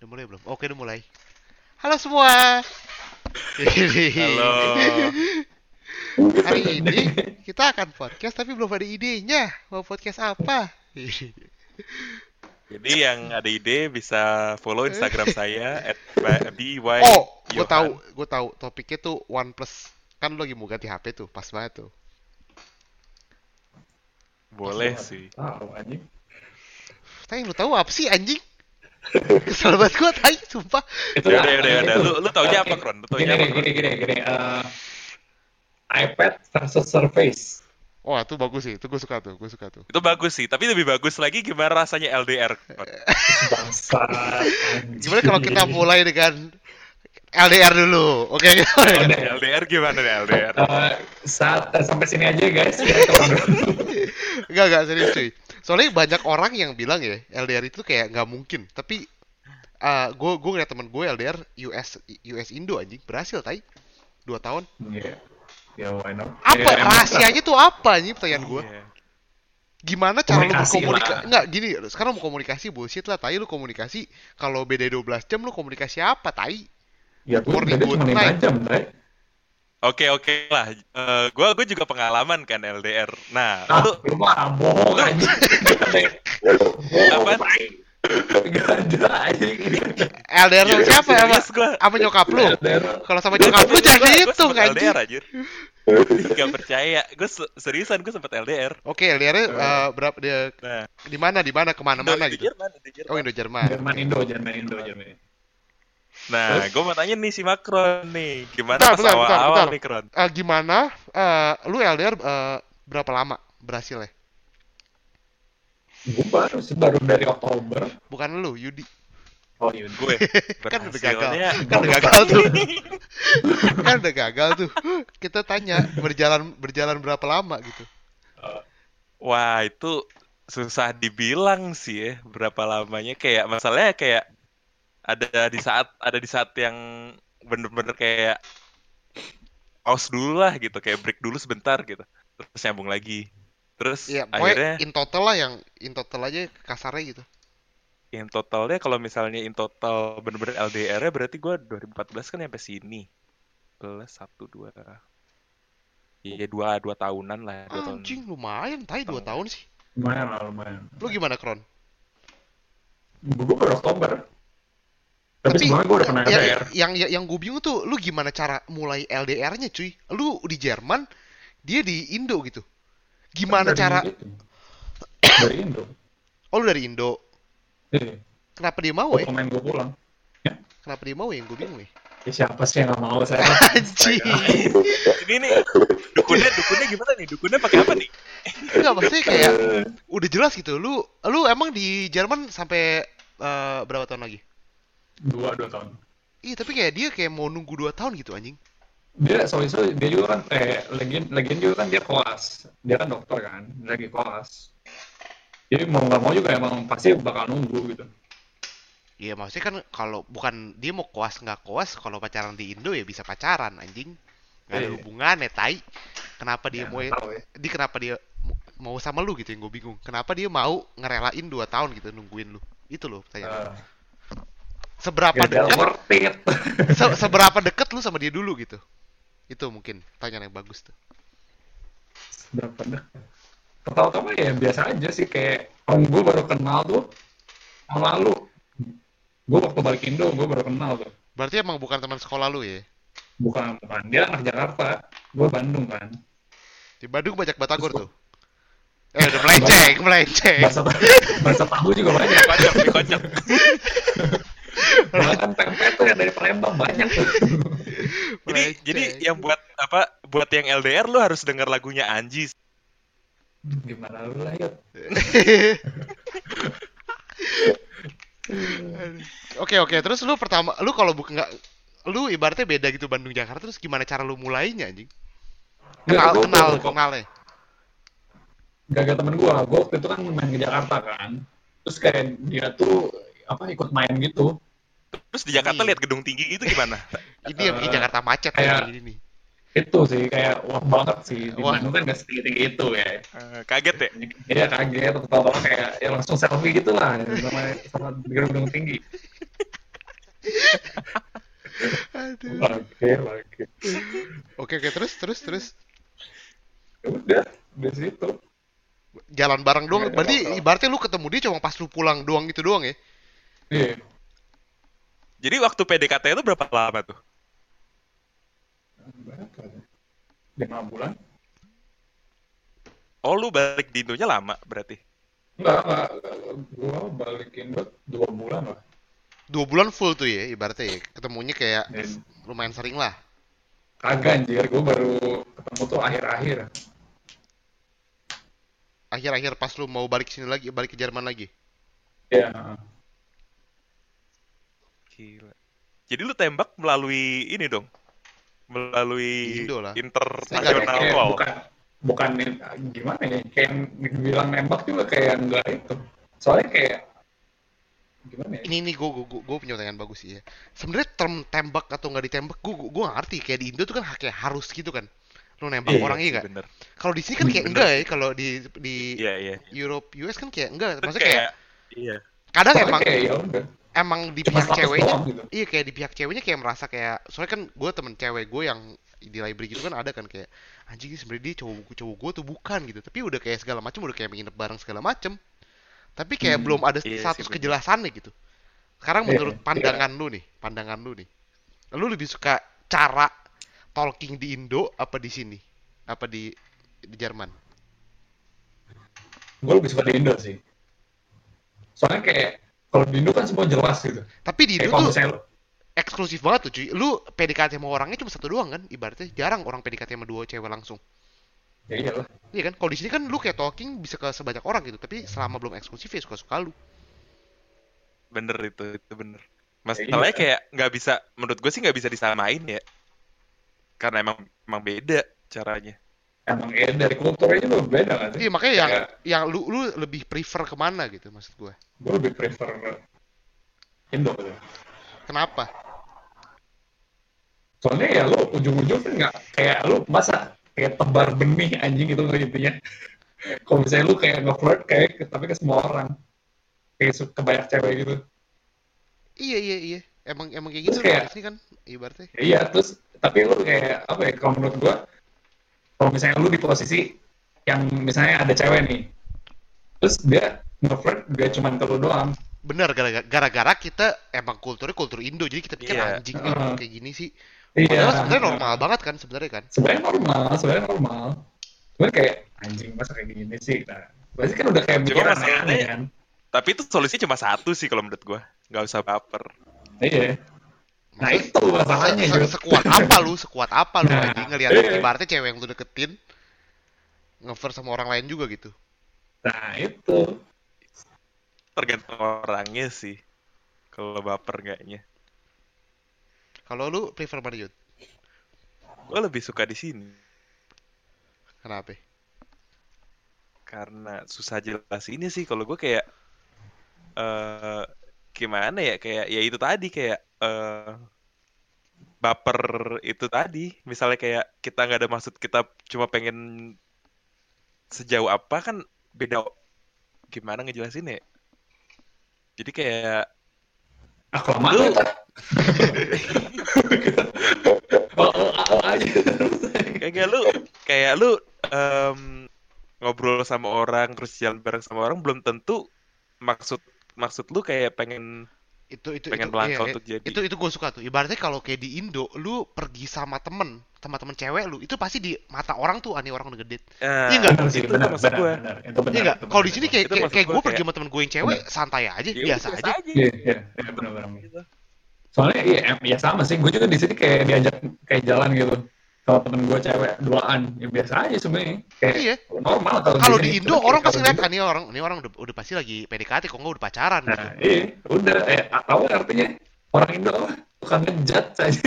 Udah mulai belum? Oke, udah mulai. Halo semua. Halo. Ini hari ini kita akan podcast tapi belum ada idenya. Mau podcast apa? Jadi yang ada ide bisa follow Instagram saya Oh, @byyohan. gue tahu. Topiknya tuh OnePlus. Kan lu lagi mau ganti HP tuh, pas banget tuh. Pas Boleh banget. sih. Tahu anjing. Tapi lu tahu apa sih anjing? Kesel banget gue, tai, sumpah. Itu Ya lah, udah, ya udah, ya udah. itu. Lu taunya apa, Kron? Lu taunya Gini apa, nih, Kron? gini. iPad versus Surface. Wah, itu bagus sih. Itu gue suka tuh. Itu bagus sih, tapi lebih bagus lagi gimana rasanya LDR, Kron? Bangsa. Gimana kalau kita mulai dengan LDR dulu? Oke, LDR gimana nih LDR? Sampai sini aja guys. Ya, kalau Enggak, serius cuy. Soalnya banyak orang yang bilang ya, LDR itu kayak nggak mungkin. Tapi gue ngeliat temen gue LDR US Indo anjing berhasil tai 2 tahun. Iya. Ya, why not? Apa Ya, emang rahasianya tuh apa anjing pertanyaan gue? Iya. Gimana cara lu komunikasi berkomunikasi? lah. Enggak, gini, sekarang mau komunikasi bullshit lah, tai lu komunikasi kalau beda 12 jam lu komunikasi apa, tai? Ya, gue Morning, beda good cuma 5 night. jam, Bray. Oke lah. Gue juga pengalaman kan LDR. Nah, Lu mah bohong anjing. apa? Gak ada anjing. LDR sama siapa ya, Pak? Serius gue. Sama nyokap lu? LDR. Kalau sama nyokap lu jangan dihitung sempet anjing. LDR anjir. Gak percaya. Seriusan gue sempet LDR. Oke, LDR-nya berapa dia Nah, di mana kemana-mana gitu? Jerman, di Jerman. Oh, Indo Jerman. Jerman. Nah, gue mau tanya nih si Macron nih, gimana Bentar, pas bentar. awal-awal nih, Kron? Gimana? Lu LDR berapa lama berhasilnya? Gue baru dari Oktober. Bukan lu, Yudi. Oh iya. Gue Kan udah gagal. berhasilnya Kan udah gagal tuh. Kan udah gagal tuh. Kita tanya berjalan berapa lama gitu. wah, itu susah dibilang sih ya, berapa lamanya. Kayak masalahnya kayak ada di saat yang bener-bener kayak pause dulu lah gitu, kayak break dulu sebentar gitu. Terus nyambung lagi. Terus Iya, akhirnya pokoknya in total lah yang in total aja kasarnya gitu. in totalnya kalau misalnya in total bener-bener LDR-nya berarti gue 2014 kan sampai sini. Plus 1 2. Iya, dua tahunan lah, 2 tahun. Anjing lumayan, tai 2 tahun sih. Lumayan. Lu gimana, Kron? Gue baru Oktober. Tapi Tapi sebelumnya gue udah pernah LDR. yang gue bingung tuh, lu gimana cara mulai LDR-nya, cuy? Lu di Jerman, dia di Indo gitu. Gimana cara? Dari Indo. Oh, lu dari Indo. Iya. Kenapa dia mau Gue ya? pemain gue pulang. Ya. Kenapa dia mau ya? Yang gue bingung nih. Ya, siapa sih yang gak mau saya? Anjing. Ini nih dukunnya gimana nih? Dukunnya pakai apa nih? Enggak, maksudnya kayak udah jelas gitu. Lu emang di Jerman sampai berapa tahun lagi? 2 tahun. Iya, tapi kayak dia kayak mau nunggu 2 tahun gitu anjing. Dia dia juga kan lagi juga kan dia koas. Dia kan dokter kan, dia lagi koas. Jadi mau nggak mau juga emang pasti bakal nunggu gitu. Iya, maksudnya kan kalau bukan dia mau koas nggak koas, kalau pacaran di Indo ya bisa pacaran anjing. Nggak ada Iya. hubungannya, tai. Kenapa dia Ya, mau nggak tahu ya. kenapa dia mau sama lu gitu yang gue bingung. Kenapa dia mau ngerelain 2 tahun gitu nungguin lu? Itu loh pertanyaan. Seberapa Gak dekat worth it. seberapa dekat lu sama dia dulu gitu? Itu mungkin pertanyaan yang bagus tuh. Berapa dah? Pertama-tama ya biasa aja sih, kayak om gue baru kenal tuh tahun lalu. Gue waktu balik Indo gue baru kenal tuh. Berarti emang bukan teman sekolah lu ya? Bukan. Dia anak Jakarta. Gue Bandung kan. Di Bandung banyak batagor Terus tuh. Udah melenceng. Bahasa tahu juga banyak. Dikocok. Bahkan tempe tuh yang dari Palembang banyak tuh. Jadi yang buat yang LDR lu harus denger lagunya Anji. Gimana lu lah ya? Oke, terus lu kalau nggak, lu ibaratnya beda gitu Bandung Jakarta, terus gimana cara lu mulainya anjing? Kenalnya. Gak temen gue waktu itu kan main ke Jakarta kan. Terus kayak dia tuh ikut main gitu. Terus di Jakarta lihat gedung tinggi gitu gimana? Ini yang bikin Jakarta macet kayak- kayak gini nih. Itu sih kayak wah banget sih. Di Wah. Bandung kan gak setinggi itu ya. Kaget ya? Iya kaget, pertama kayak ya langsung selfie gitu lah sama gedung tinggi. Aduh. Laki. Oke, terus. Ya udah, di situ. Jalan bareng doang. Nggak ada Berarti masalah. ibaratnya lu ketemu dia cuma pas lu pulang doang gitu doang ya? Iya. Jadi waktu PDKT itu berapa lama tuh? Berapa ya? 5 bulan? Oh, lu balik di Indonya lama berarti. Enggak. Gua balikin buat 2 bulan lah. 2 bulan full tuh ya, ibaratnya ya. Ketemunya kayak Dan lumayan sering lah. kagak anjir, gua baru ketemu tuh akhir-akhir. Akhir-akhir pas lu mau balik sini lagi, balik ke Jerman lagi. Ya, Gila. Jadi lu tembak melalui ini dong? Melalui Indo lah. internasional kayak call. bukan gimana ya? Kayak dibilang nembak juga kayak enggak itu. Soalnya kayak gimana ya? Ini gue punya pertanyaan bagus sih ya. Sebenarnya term tembak atau nggak ditembak, gue ngerti. Kayak di Indo tuh kan kayak harus gitu kan. Lu nembak Iya orang sih, iya nggak? bener. Kalau di sini kan kayak Bener enggak sih. ya. Kalau di Iya. Europe, US kan kayak enggak. Itu Maksudnya kayak iya. kadang Soalnya emang kayak ya udah. emang di Cuma pihak status ceweknya, doang gitu. iya kayak di pihak ceweknya kayak merasa kayak, soalnya kan gue temen cewek gue yang di library gitu kan ada kan kayak anjing ini sebenarnya dia cowok gue tuh bukan gitu, tapi udah kayak segala macam, udah kayak menginap bareng segala macam, tapi kayak belum ada Iya sih, status bener. kejelasannya gitu. Sekarang Iya, menurut pandangan lu nih, lu lebih suka cara talking di Indo apa di sini, apa di Jerman? Gue lebih suka di Indo sih. Soalnya kayak kalau di Indo kan semua jelas gitu. Tapi di Kayak Indo kalau tuh misalnya eksklusif banget tuh cuy. Lu PDKT sama orangnya cuma satu doang kan, ibaratnya jarang orang PDKT sama 2 cewek langsung. ya iyalah. Iya kan? Kalau di sini kan lu kayak talking bisa ke sebanyak orang gitu, tapi selama belum eksklusif ya suka-suka lu. Bener itu bener. Ya, Masalahnya iya. kayak nggak bisa, menurut gue sih nggak bisa disamain ya. Karena emang beda caranya. Emang ya dari kulturnya juga beda kan sih. Iya, makanya Kayak yang lu lebih prefer kemana gitu maksud gue. gue lebih prefer Indo gitu. Kenapa? Soalnya ya lu ujung-ujung kan nggak kayak lu masa kayak tebar benih anjing gitu loh intinya. Kalau misalnya lu kayak nge-flirt kayak tapi ke semua orang. Kayak ke banyak cewek gitu. Iya. Emang kayak gitu Terus kayak di sini kan ibaratnya. iya terus tapi lu kayak apa ya kalau menurut gua kalau misalnya lu di posisi yang misalnya ada cewek nih terus dia nge-flirt gak cuma ke lu doang. Bener, gara-gara kita emang kulturnya kultur Indo, jadi kita pikir Iya. anjing nih orang kayak gini sih. Iya. Padahal sebenarnya normal banget kan sebenarnya kan. Sebenarnya normal. Cuman kayak anjing masa kayak gini sih. Nah, berarti kan udah kayak mikir Cuma aneh-aneh masalahnya- kan. Tapi itu solusinya cuma satu sih kalau menurut gue. Nggak usah baper. Iya. Nah Maksudnya, itu masalahnya Jod. sekuat apa lu Nah, anjing ngeliat iya. ibaratnya cewek yang lu deketin nge-flirt sama orang lain juga gitu. Nah itu. Tergantung orangnya sih. Kalau baper kayaknya. Kalau lu prefer mana Yud? Gue lebih suka di sini. Kenapa? Karena susah jelas ini sih. Kalau gue kayak gimana ya, kayak ya itu tadi kayak baper itu tadi, misalnya kayak kita nggak ada maksud, kita cuma pengen sejauh apa kan beda, gimana ngejelasin ya, jadi kayak Kelamaan Lu- ya, tak? Oh, aja. kayak lu ngobrol sama orang terus jalan bareng sama orang belum tentu maksud lu kayak pengen Pengen melangkah untuk jadi. itu gue suka tuh. Ibaratnya kalau kayak di Indo, lu pergi sama temen cewek lu, itu pasti di mata orang tuh aneh, orang udah gede. Iya nggak? Benar sih, itu benar, maksud benar, gue. benar. Itu benar. Iya nggak? itu Kalau di benar, sini itu kayak Itu maksud kayak gua gue pergi kayak- sama temen gue yang cewek, santai aja, Ya biasa udah, aja. Iya, benar. Soalnya ya sama sih, gue juga di sini kayak diajak kayak jalan gitu. Kalau temen gue cewek duaan, ya biasa aja sebenarnya. Kayak Iya. normal Kalau sini. di Indo Cuman orang kayak pasti kalau lihat di- ini orang udah pasti lagi PDKT, kok nggak udah pacaran gitu. Nah, iya, udah. Apa artinya orang Indo apa? Tukang ngejat aja.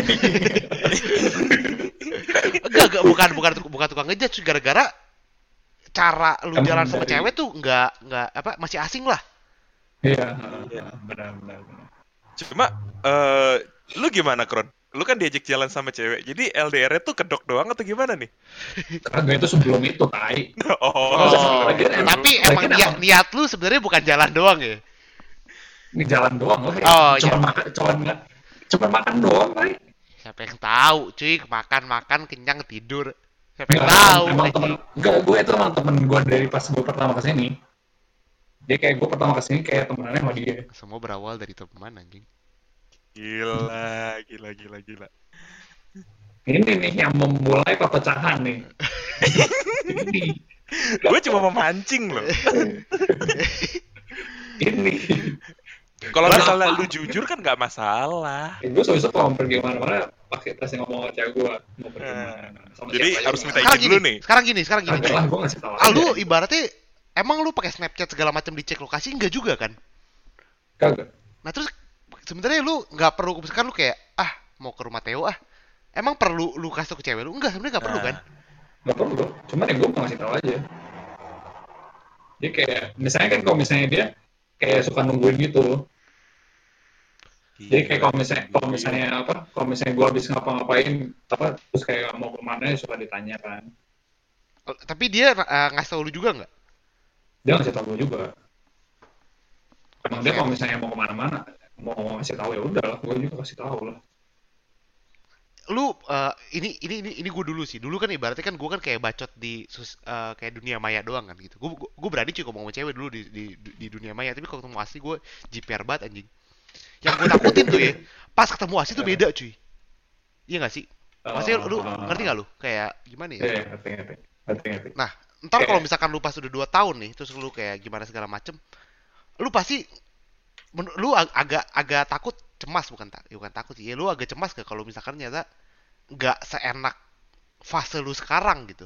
Enggak, bukan tukang ngejudge, gara-gara cara lu Emang jalan sama dari- cewek tuh nggak apa, masih asing lah. Iya, Iya. benar. Cuma lu gimana, Kron? Lu kan diajak jalan sama cewek, jadi LDR-nya tuh kedok doang atau gimana nih? Kagak itu sebelum itu, tai. Oh, lagian emang- tapi emang lagian niat lu sebenarnya bukan jalan doang ya. Ini jalan doang lah. Oh, Cuman iya. makan, cuman Cuma makan doang, Pak. Siapa yang tahu, cuy, makan kenyang tidur. Siapa yang Enggak, tahu, emang temen, anjing. enggak, gue itu emang temen gue dari pas gue pertama kesini. Dia kayak gue pertama kesini kayak temenannya sama dia. Semua berawal dari teman, anjing. Gila, gila, gila, gila. Ini nih yang memulai perpecahan nih. Ini, Gue cuma memancing loh. ini. Kalau Kenapa? misalnya lu jujur kan nggak masalah. Gue selalu kalau pergi kemana-mana pakai tas yang ngomong sama cewek gue mau pergi kemana. Sama Jadi siapa aja harus gua minta nggak- izin dulu nih. Sekarang gini, Kagak lah, gue ngasih tahu Ah, aja. lu ibaratnya emang lu pakai Snapchat segala macam dicek lokasi enggak juga kan? Kagak. Nah, terus sebenarnya lu nggak perlu misalkan lu kayak mau ke rumah Theo emang perlu lu kasih tau ke cewek lu? Enggak, sebenarnya nggak perlu Nah. kan? Gak perlu. Cuman ya gue mau ngasih tahu aja. Dia kayak, misalnya kan kalau misalnya dia kayak suka nungguin gitu. Jadi kayak kalau misalnya gue habis ngapa-ngapain terus kayak mau kemana suka ditanya kan. Tapi dia ngasih tau lu juga nggak? Dia ngasih tahu gue juga. Emang dia Oke. kalau misalnya mau kemana-mana mau ngasih tahu ya udah lah, gue juga kasih tahu lah. Lu ini gue dulu sih. Dulu kan ibaratnya kan gue kan kayak bacot di kayak dunia maya doang kan gitu. Gue berani cuy ngomong sama cewek dulu di dunia maya, tapi kalau ketemu asli gue jiper banget anjing. Yang gue takutin tuh ya, pas ketemu asli tuh beda cuy. Iya nggak sih? Maksudnya lu ngerti nggak lu? Kayak gimana ya? Iya, ngerti. Nah, ntar kalau Kayak- misalkan lu pas udah 2 tahun nih, terus lu kayak gimana segala macem, lu pasti lu agak takut, cemas bukan takut sih. Ya lu agak cemas gak kalau misalkan ternyata nggak seenak fase lu sekarang gitu.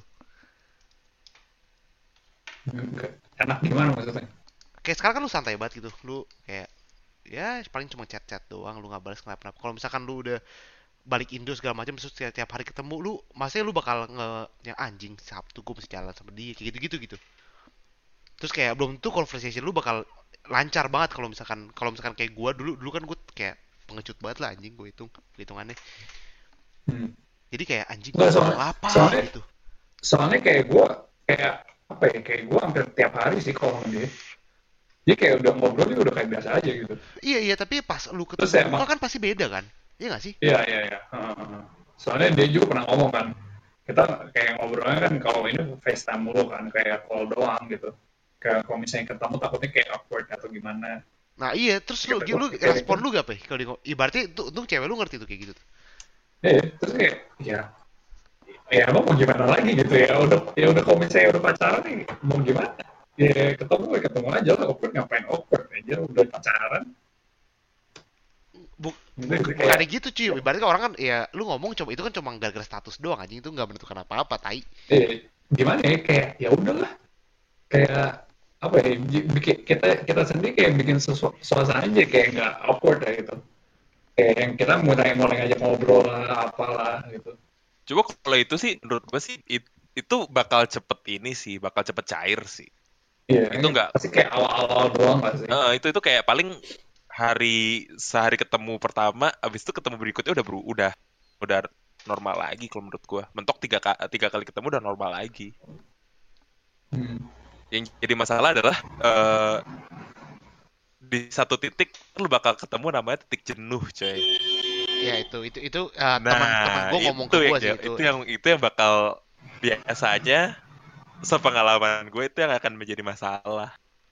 Enggak. Enak gimana maksudnya? Kayak sekarang kan lu santai banget gitu. Lu kayak ya paling cuma chat-chat doang, lu nggak balas kenapa-napa. Kalau misalkan lu udah balik Indo segala macam terus tiap hari ketemu lu, maksudnya lu bakal yang anjing Sabtu gue mesti jalan sama dia kayak gitu-gitu gitu. Terus kayak belum tentu conversation lu bakal lancar banget kalau misalkan kayak gua dulu kan gue kayak pengecut banget lah anjing gue hitungannya. Hmm. Jadi kayak anjing Nggak, gua soalnya- ngomong apa soalnya- gitu. Soalnya kayak gue kayak gue hampir tiap hari sih kalau sama dia. Dia kayak udah ngobrol dia udah kayak biasa aja gitu. Iya tapi pas lu Terus ketemu emang- muka kan pasti beda kan? Iya nggak sih? Iya. Soalnya dia juga pernah ngomong kan, kita kayak ngobrolnya kan kalau ini FaceTime mulu kan, kayak call doang gitu. Kayak kalau misalnya ketemu takutnya kayak awkward atau gimana. Nah iya, terus lu respon lu gak, Pe? Kalau ibaratnya untuk cewek lu ngerti tuh kayak gitu tuh. Terus kayak ya emang mau gimana lagi gitu ya udah kalau misalnya udah pacaran nih mau gimana? Ya ketemu aja lah, awkward ngapain awkward aja udah pacaran. Bukannya gitu cuy, ibaratnya orang kan ya lu ngomong coba itu kan cuma gara-gara status doang anjing, itu nggak menentukan apa-apa, tai. Gimana ya kayak ya udahlah kayak apa ya kita sendiri kayak bikin suasana aja kayak nggak awkward ya gitu, kayak yang kita mulai ngajak ngobrol lah apalah gitu. Coba kalau itu sih menurut gue sih itu bakal cepet cair sih. Iya, Itu nggak- pasti kayak awal-awal doang nggak sih? Itu kayak paling sehari ketemu pertama, abis itu ketemu berikutnya udah normal lagi kalau menurut gue. Mentok tiga kali ketemu udah normal lagi. Yang jadi masalah adalah di satu titik lu bakal ketemu namanya titik jenuh, coy. Ya itu teman-teman gue ngomong ke gue sih itu yang bakal biasanya sepengalaman gue itu yang akan menjadi masalah.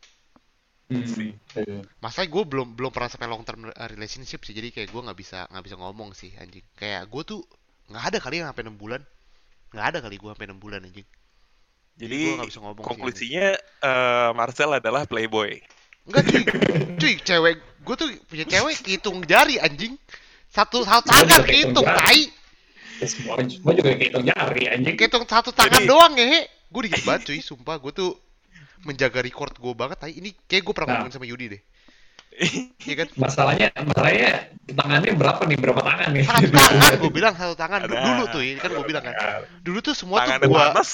Masalah gue belum pernah sampai long term relationship sih, jadi kayak gue nggak bisa ngomong sih anjing. Kayak gue tuh nggak ada kali yang sampai 6 bulan, nggak ada kali gue sampai 6 bulan anjing. Jadi gua nggak bisa ngomong sih, konklusinya Marcel adalah playboy. Enggak cuy cewek gue tuh punya cewek hitung jari anjing, satu tangan kehitung tai, Semua juga kehitung jari anjing. kehitung satu tangan doang ya. Gue dikit banget cuy, sumpah gue tuh menjaga record gue banget tai. Ini kayak gue pernah ngomongin sama Yudi deh. Iya kan? Masalahnya tangannya berapa tangan nih? Satu tangan gue bilang, satu tangan Ada. dulu tuh ini kan gue bilang kan. Dulu tuh semua Tangannya tuh gue panas.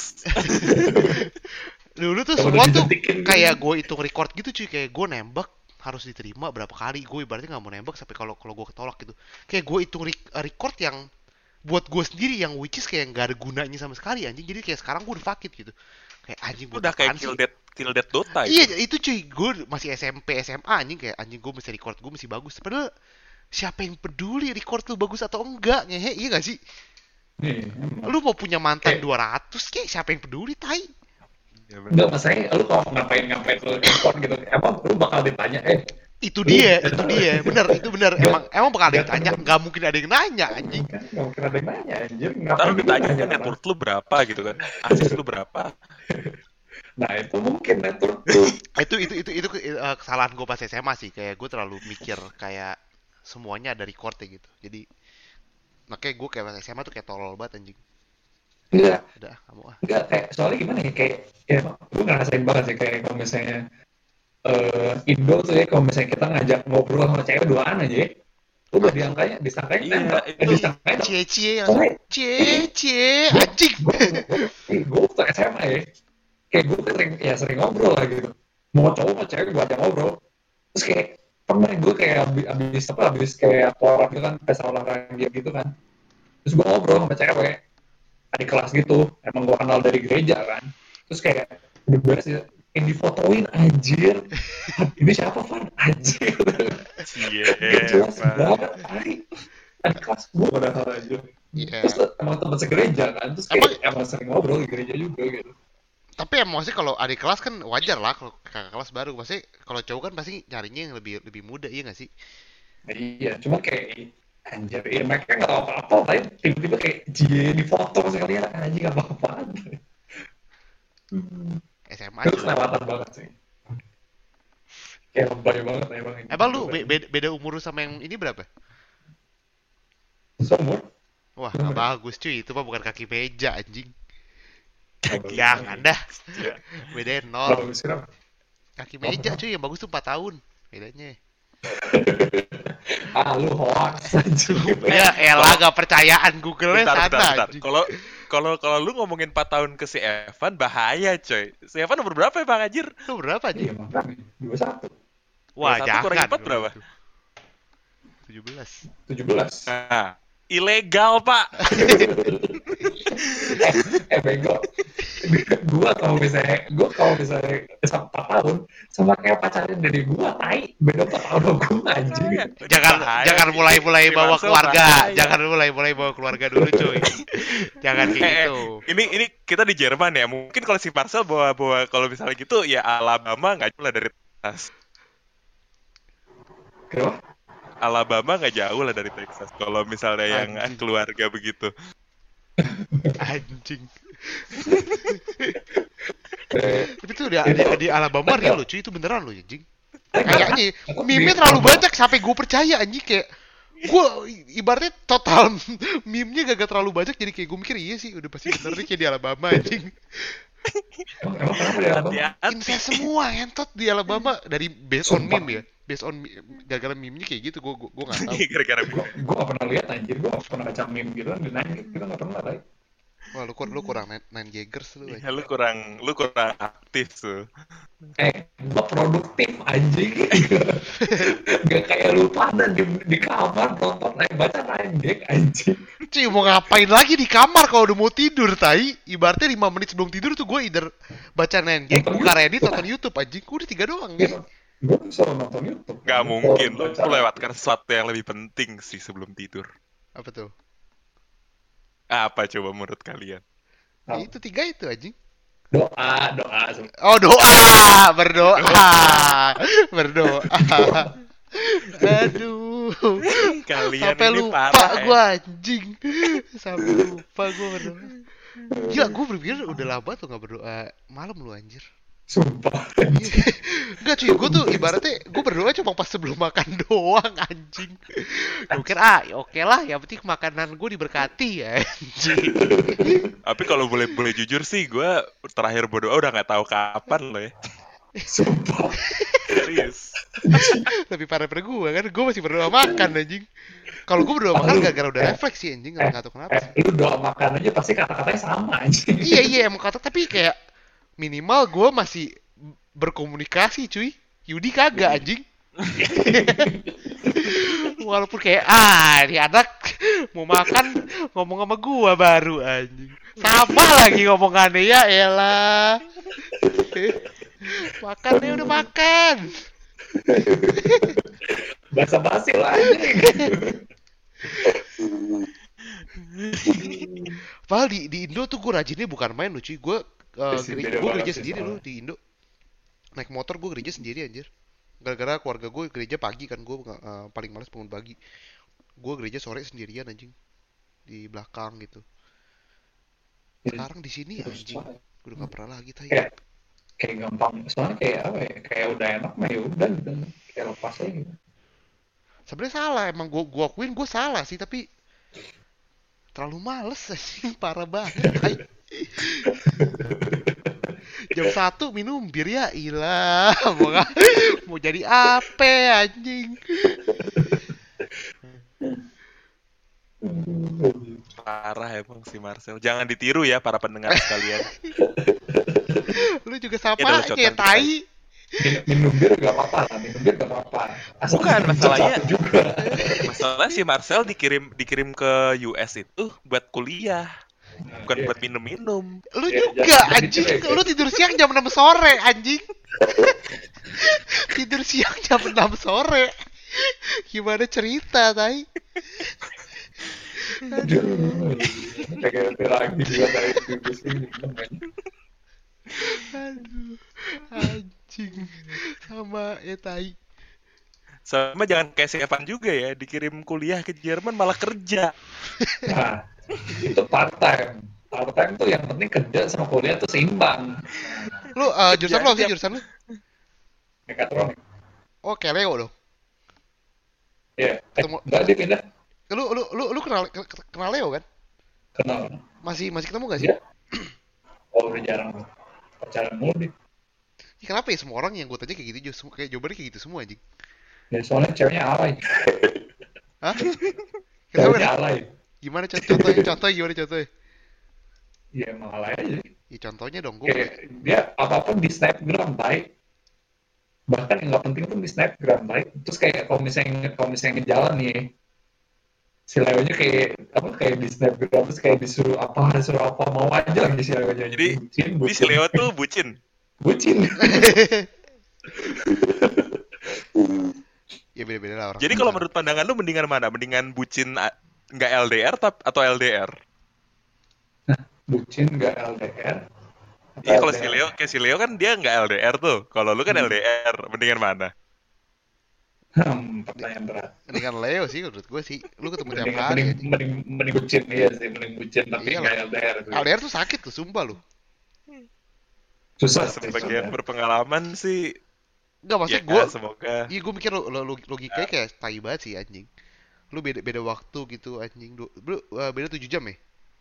dulu tuh Kalau semua tuh dijentikin kayak gue hitung record gitu cuy, kayak gue nembak harus diterima berapa kali, gue ibaratnya nggak mau nembak sampai kalau gue ketolak gitu. Kayak gue hitung record yang buat gue sendiri yang which is kayak nggak ada gunanya sama sekali anjing. Jadi kayak sekarang gue udah fuck it gitu. Kayak anjing buat Udah kayak apaan sih? kill dead Dota. Iya itu cuy, gue masih SMP SMA anjing, kayak anjing gue mesti record, gue mesti bagus. Padahal siapa yang peduli record lu bagus atau enggak, ngehe, iya gak sih? Nih, emang. Lu mau punya mantan Kayak- 200 kek, siapa yang peduli, tai? Ya, bener. Enggak, masalahnya lu kalau ngapain lu record gitu, emang lu bakal ditanya, Itu Lu- dia, bener, itu bener. Nggak- Emang bakal ada yang nggak tanya, temen. nggak mungkin ada yang nanya, anjing. kan nggak mungkin ada yang nanya, anjir. Ntar Ngapain lu lu ditanya nanya kan net orang? worth lu berapa gitu kan. Asis lu berapa. Nah, itu mungkin network tuh. Itu kesalahan gue pas SMA sih. Kayak gue terlalu mikir kayak semuanya ada recordnya gitu. Jadi makanya gue kayak pas SMA tuh kayak tolol banget anjing. Enggak, Udah, kamu ah. enggak, kayak soalnya gimana ya, kayak ya gue ngerasain banget sih kayak kalau misalnya Indo tuh ya, kalau misalnya kita ngajak ngobrol sama cewek duaan aja ya, lu udah disangkanya Iya, nembak, itu- disangkanya Cie Soalnya- cie anjing. gue waktu SMA ya, kayak gue sering ngobrol lah gitu, mau cowok mau cewek gue ajak ngobrol, terus kayak pernah gue kayak abis kayak porak gitu kan, pesta olahraga gitu kan, terus gue ngobrol sama cewek di kelas gitu, emang gue kenal dari gereja kan, terus kayak udah beres ya, yang difotoin anjir, ini siapa Van anjir, gak jelas banget, adik kelas gue padahal aja. Iya. Terus emang teman segereja kan, terus kayak emang sering ngobrol di gereja juga gitu. Tapi emang maksudnya kalau adik kelas kan wajar lah, kalau kakak kelas baru pasti kalau cowok kan pasti nyarinya yang lebih muda, iya nggak sih? Nah, iya, cuma kayak anjir, ya mereka nggak tahu apa-apa, tapi tiba-tiba kayak jie di foto sekalian anjing apa-apaan. SMA Itu juga. kelewatan banget sih. Kayak lebay banget emang. Emang lu beda umur lu sama yang ini berapa? Seumur? Wah, nggak bagus cuy, itu mah bukan kaki meja anjing. Bagus. Jangan dah, Ya. bedain Kalau 0. bagus kenapa? Kaki meja cuy, yang bagus tuh 4 tahun bedanya. Ah, lu hoax anjing. Ya elah, gak percayaan Google-nya Bentar. sana anjing. Kalau lu ngomongin 4 tahun ke si Evan bahaya coy. Si Evan umur berapa ya Bang Anjir? Lu berapa Iya, anjing? makanya 21, Wah, 21 jangan. kurang 4 berapa? 17. 17. Nah, ilegal Pak. Bego. Gua kalau misalnya 4 tahun sama kayak pacaran dari gua, tai. Beda 4 tahun sama gua anjing. Jangan mulai Si bawa Marcel keluarga. bahaya. Jangan mulai bawa keluarga dulu cuy. Jangan kayak gitu. Ini kita di Jerman ya. Mungkin kalau si Marcel bawa kalau misalnya gitu ya Alabama nggak jauh lah dari Texas. Kenapa? Alabama nggak jauh lah dari Texas. Kalau misalnya yang Anjing. keluarga begitu. Anjing. Tapi tuh di Alabama real lo cuy, itu beneran lo anjing. Kayaknya meme-nya terlalu banyak sampai gue percaya anjing, kayak gue ibaratnya total meme-nya gak terlalu banyak, jadi kayak gue mikir iya sih udah pasti bener nih kayak di Alabama anjing. Emang kenapa dia apa? Hati-hati. Incest semua entot di Alabama dari based on Sumpah. meme ya. Based on gara-gara meme-nya kayak gitu, gue nggak tahu. Gara-gara Gua nggak pernah lihat anjir, gua nggak pernah baca meme gitu kan, di Nine kita nggak pernah lah. Wah, lu kurang nine Jaggers lu. ya, lu kurang aktif tuh. Gua produktif anjing. Gak kayak lu pada di kamar nonton baca Nine Gag anjing. Cuy, mau ngapain lagi di kamar kalau udah mau tidur, tai? Ibaratnya 5 menit sebelum tidur tuh gue either baca Nine Gag, buka Reddit, nonton YouTube anjing. Udah 3 doang nih. Gitu. Gua selalu nonton YouTube. Nggak mungkin. Lu Baca. lewatkan sesuatu yang lebih penting sih sebelum tidur. Apa tuh? Apa coba menurut kalian? Ya, itu 3 itu anjing. Doa. Oh, berdoa. Aduh. Kalian Sampai ini lupa parah ya. gue anjing. Sampai lupa gue berdoa. Gila, gue berpikir udah lama tuh gak berdoa malam lu anjir. Sumpah. Enggak cuy, gue tuh ibaratnya gue berdoa cuma pas sebelum makan doang anjing. Gue kira oke lah, yang penting makanan gue diberkati ya anjing. Tapi kalau boleh jujur sih, gue terakhir berdoa udah nggak tahu kapan loh ya. Sumpah. Serius. Lebih parah pada gue kan, gue masih berdoa makan anjing. Kalau gue berdoa makan gara-gara udah refleks sih anjing, nggak tahu kenapa. Lu doa makan aja pasti kata-katanya sama anjing. Iya emang kata, tapi kayak minimal gue masih berkomunikasi cuy. Yudi kagak anjing. Walaupun kayak ini anak mau makan ngomong sama gua baru anjing. Sama lagi ngomongannya, ya elah. Makan deh, udah makan. basa-basi lah anjing. Padahal di Indo tuh gue rajinnya bukan main loh cuy. Gue Beda banget gereja sih sendiri loh soalnya. di Indo. Naik motor gue gereja sendiri anjir. Gara-gara keluarga gue gereja pagi kan, gue paling males bangun pagi. Gue gereja sore sendirian anjing di belakang gitu. Sekarang di sini Terus anjing, gue udah gak pernah lagi tai. kayak kayak gampang. Soalnya kayak apa ya? Kayak udah enak mah ya udah gitu. Kayak lepas aja gitu. Sebenarnya salah, emang gue akuin gue salah sih, tapi terlalu males anjing, parah banget tai. Jam 1 minum bir ya ilah, mau jadi apa anjing. Parah emang si Marcel. Jangan ditiru ya para pendengar sekalian. Lu juga Ini adalah sama aja contoh ya tai. Minum bir gak apa-apa lah, minum bir gak apa-apa. Asal Bukan, jam masalahnya 1 juga. masalah si Marcel dikirim ke US itu buat kuliah, bukan Iya. buat minum-minum. Lu Ya, juga jadi anjing, cerai, lu tidur siang jam 6 sore anjing. Tidur siang jam 6 sore. Gimana cerita tai? Aduh, kayak lagi juga dari di sini. Aduh, anjing. Sama tai. Sama jangan kayak si Evan juga ya, dikirim kuliah ke Jerman malah kerja. Nah, itu part time. Part time tuh yang penting kerja sama kuliah tuh seimbang. Lu jurusan lu apa sih jurusan lu? Mekatronik. Oh, kayak Leo dong. Ya, Ketemu enggak dia pindah. lu kenal Leo kan? Kenal. Masih ketemu gak sih? Dia, oh udah jarang pacaran mulu dia. Ya, kenapa ya semua orang yang gue tanya kayak gitu, kayak jawabannya kayak gitu semua anjing. Ya, soalnya ceweknya alay. Hah? Kenapa? Ceweknya alay. Gimana contohnya gimana contohnya? Ya emang alay aja. Ya contohnya dong, Kayak dia apa-apa di snapgram baik. Bahkan yang nggak penting pun di snapgram baik. Terus kayak kalau misalnya ngejalan nih, si Leonya kayak di snapgram terus kayak disuruh apa mau aja lagi si Leonya. Jadi si Leo tuh bucin. bucin. ya beda-beda lah orang. Jadi kalau menurut pandangan lu mendingan mana? Mendingan bucin nggak LDR atau LDR? Bucin nggak LDR. Iya, kalau si Leo kan dia nggak LDR tuh. Kalau lu kan LDR, mendingan mana? Pertanyaan berat. Mendingan Leo sih menurut gue sih. Lu ketemu tiap hari anjing. Mending bucin iya sih, mending bucin tapi Iyalah. nggak LDR. LDR tuh sakit tuh, sumpah lu. Susah sih. Sebagian sebenarnya. berpengalaman sih. Enggak, maksudnya Ya, gue, semoga. iya gue mikir logikanya kayak tai banget sih anjing. Lu beda waktu gitu anjing. Beda 7 jam ya?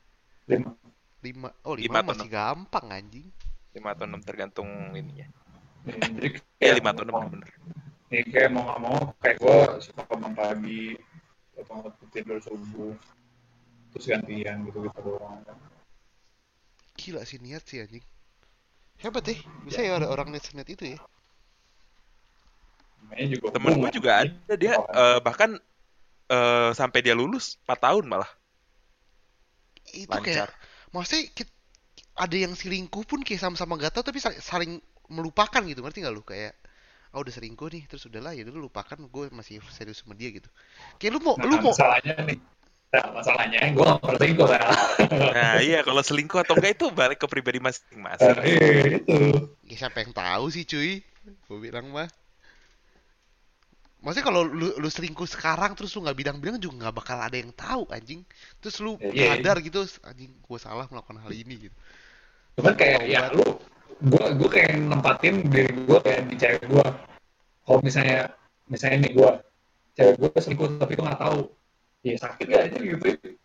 5. 5. Oh, 5 5 atau masih gampang anjing. 5 atau 6 tergantung ininya. Jadi Ya 5 atau 6 bener. Nih kayak mau nggak mau kayak gue suka bangun pagi, bangun tidur subuh, terus gantian gitu doang. Gila sih niat sih anjing. Hebat ya, bisa ya ada orang net itu ya. Namanya juga Temen gue juga ada dia bahkan sampai dia lulus 4 tahun malah. Itu Lancar. kayak, maksudnya ada yang selingkuh pun kayak sama-sama gak tahu tapi saling melupakan gitu, ngerti gak lu? Kayak, udah selingkuh nih, terus udahlah ya dulu lupakan, gue masih serius sama dia gitu. Kayak lu mau masalahnya gue nggak pernah selingkuh lah. Nah iya, kalau selingkuh atau enggak itu balik ke pribadi masing-masing. Itu. Ya siapa yang tahu sih cuy, gue bilang mah. Maksudnya kalau lu selingkuh sekarang terus lu nggak bilang-bilang juga nggak bakal ada yang tahu anjing. Terus lu sadar gitu, anjing gue salah melakukan hal ini gitu. Cuman kayak ya gue kayak nempatin diri gue kayak di cewek gue. Kalau misalnya nih gue cewek gue selingkuh tapi gue nggak tahu, ya sakit gak aja gitu.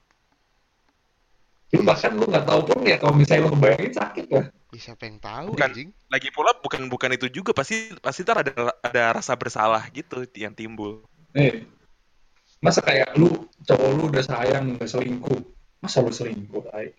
Lu bahkan lu nggak tahu pun ya kalau misalnya lu kebayangin sakit lah. Ya siapa yang tahu Bukan, anjing. lagi pula bukan itu juga, pasti ntar ada rasa bersalah gitu yang timbul. Nih, masa kayak cowok lu udah sayang udah selingkuh, masa lu selingkuh ay?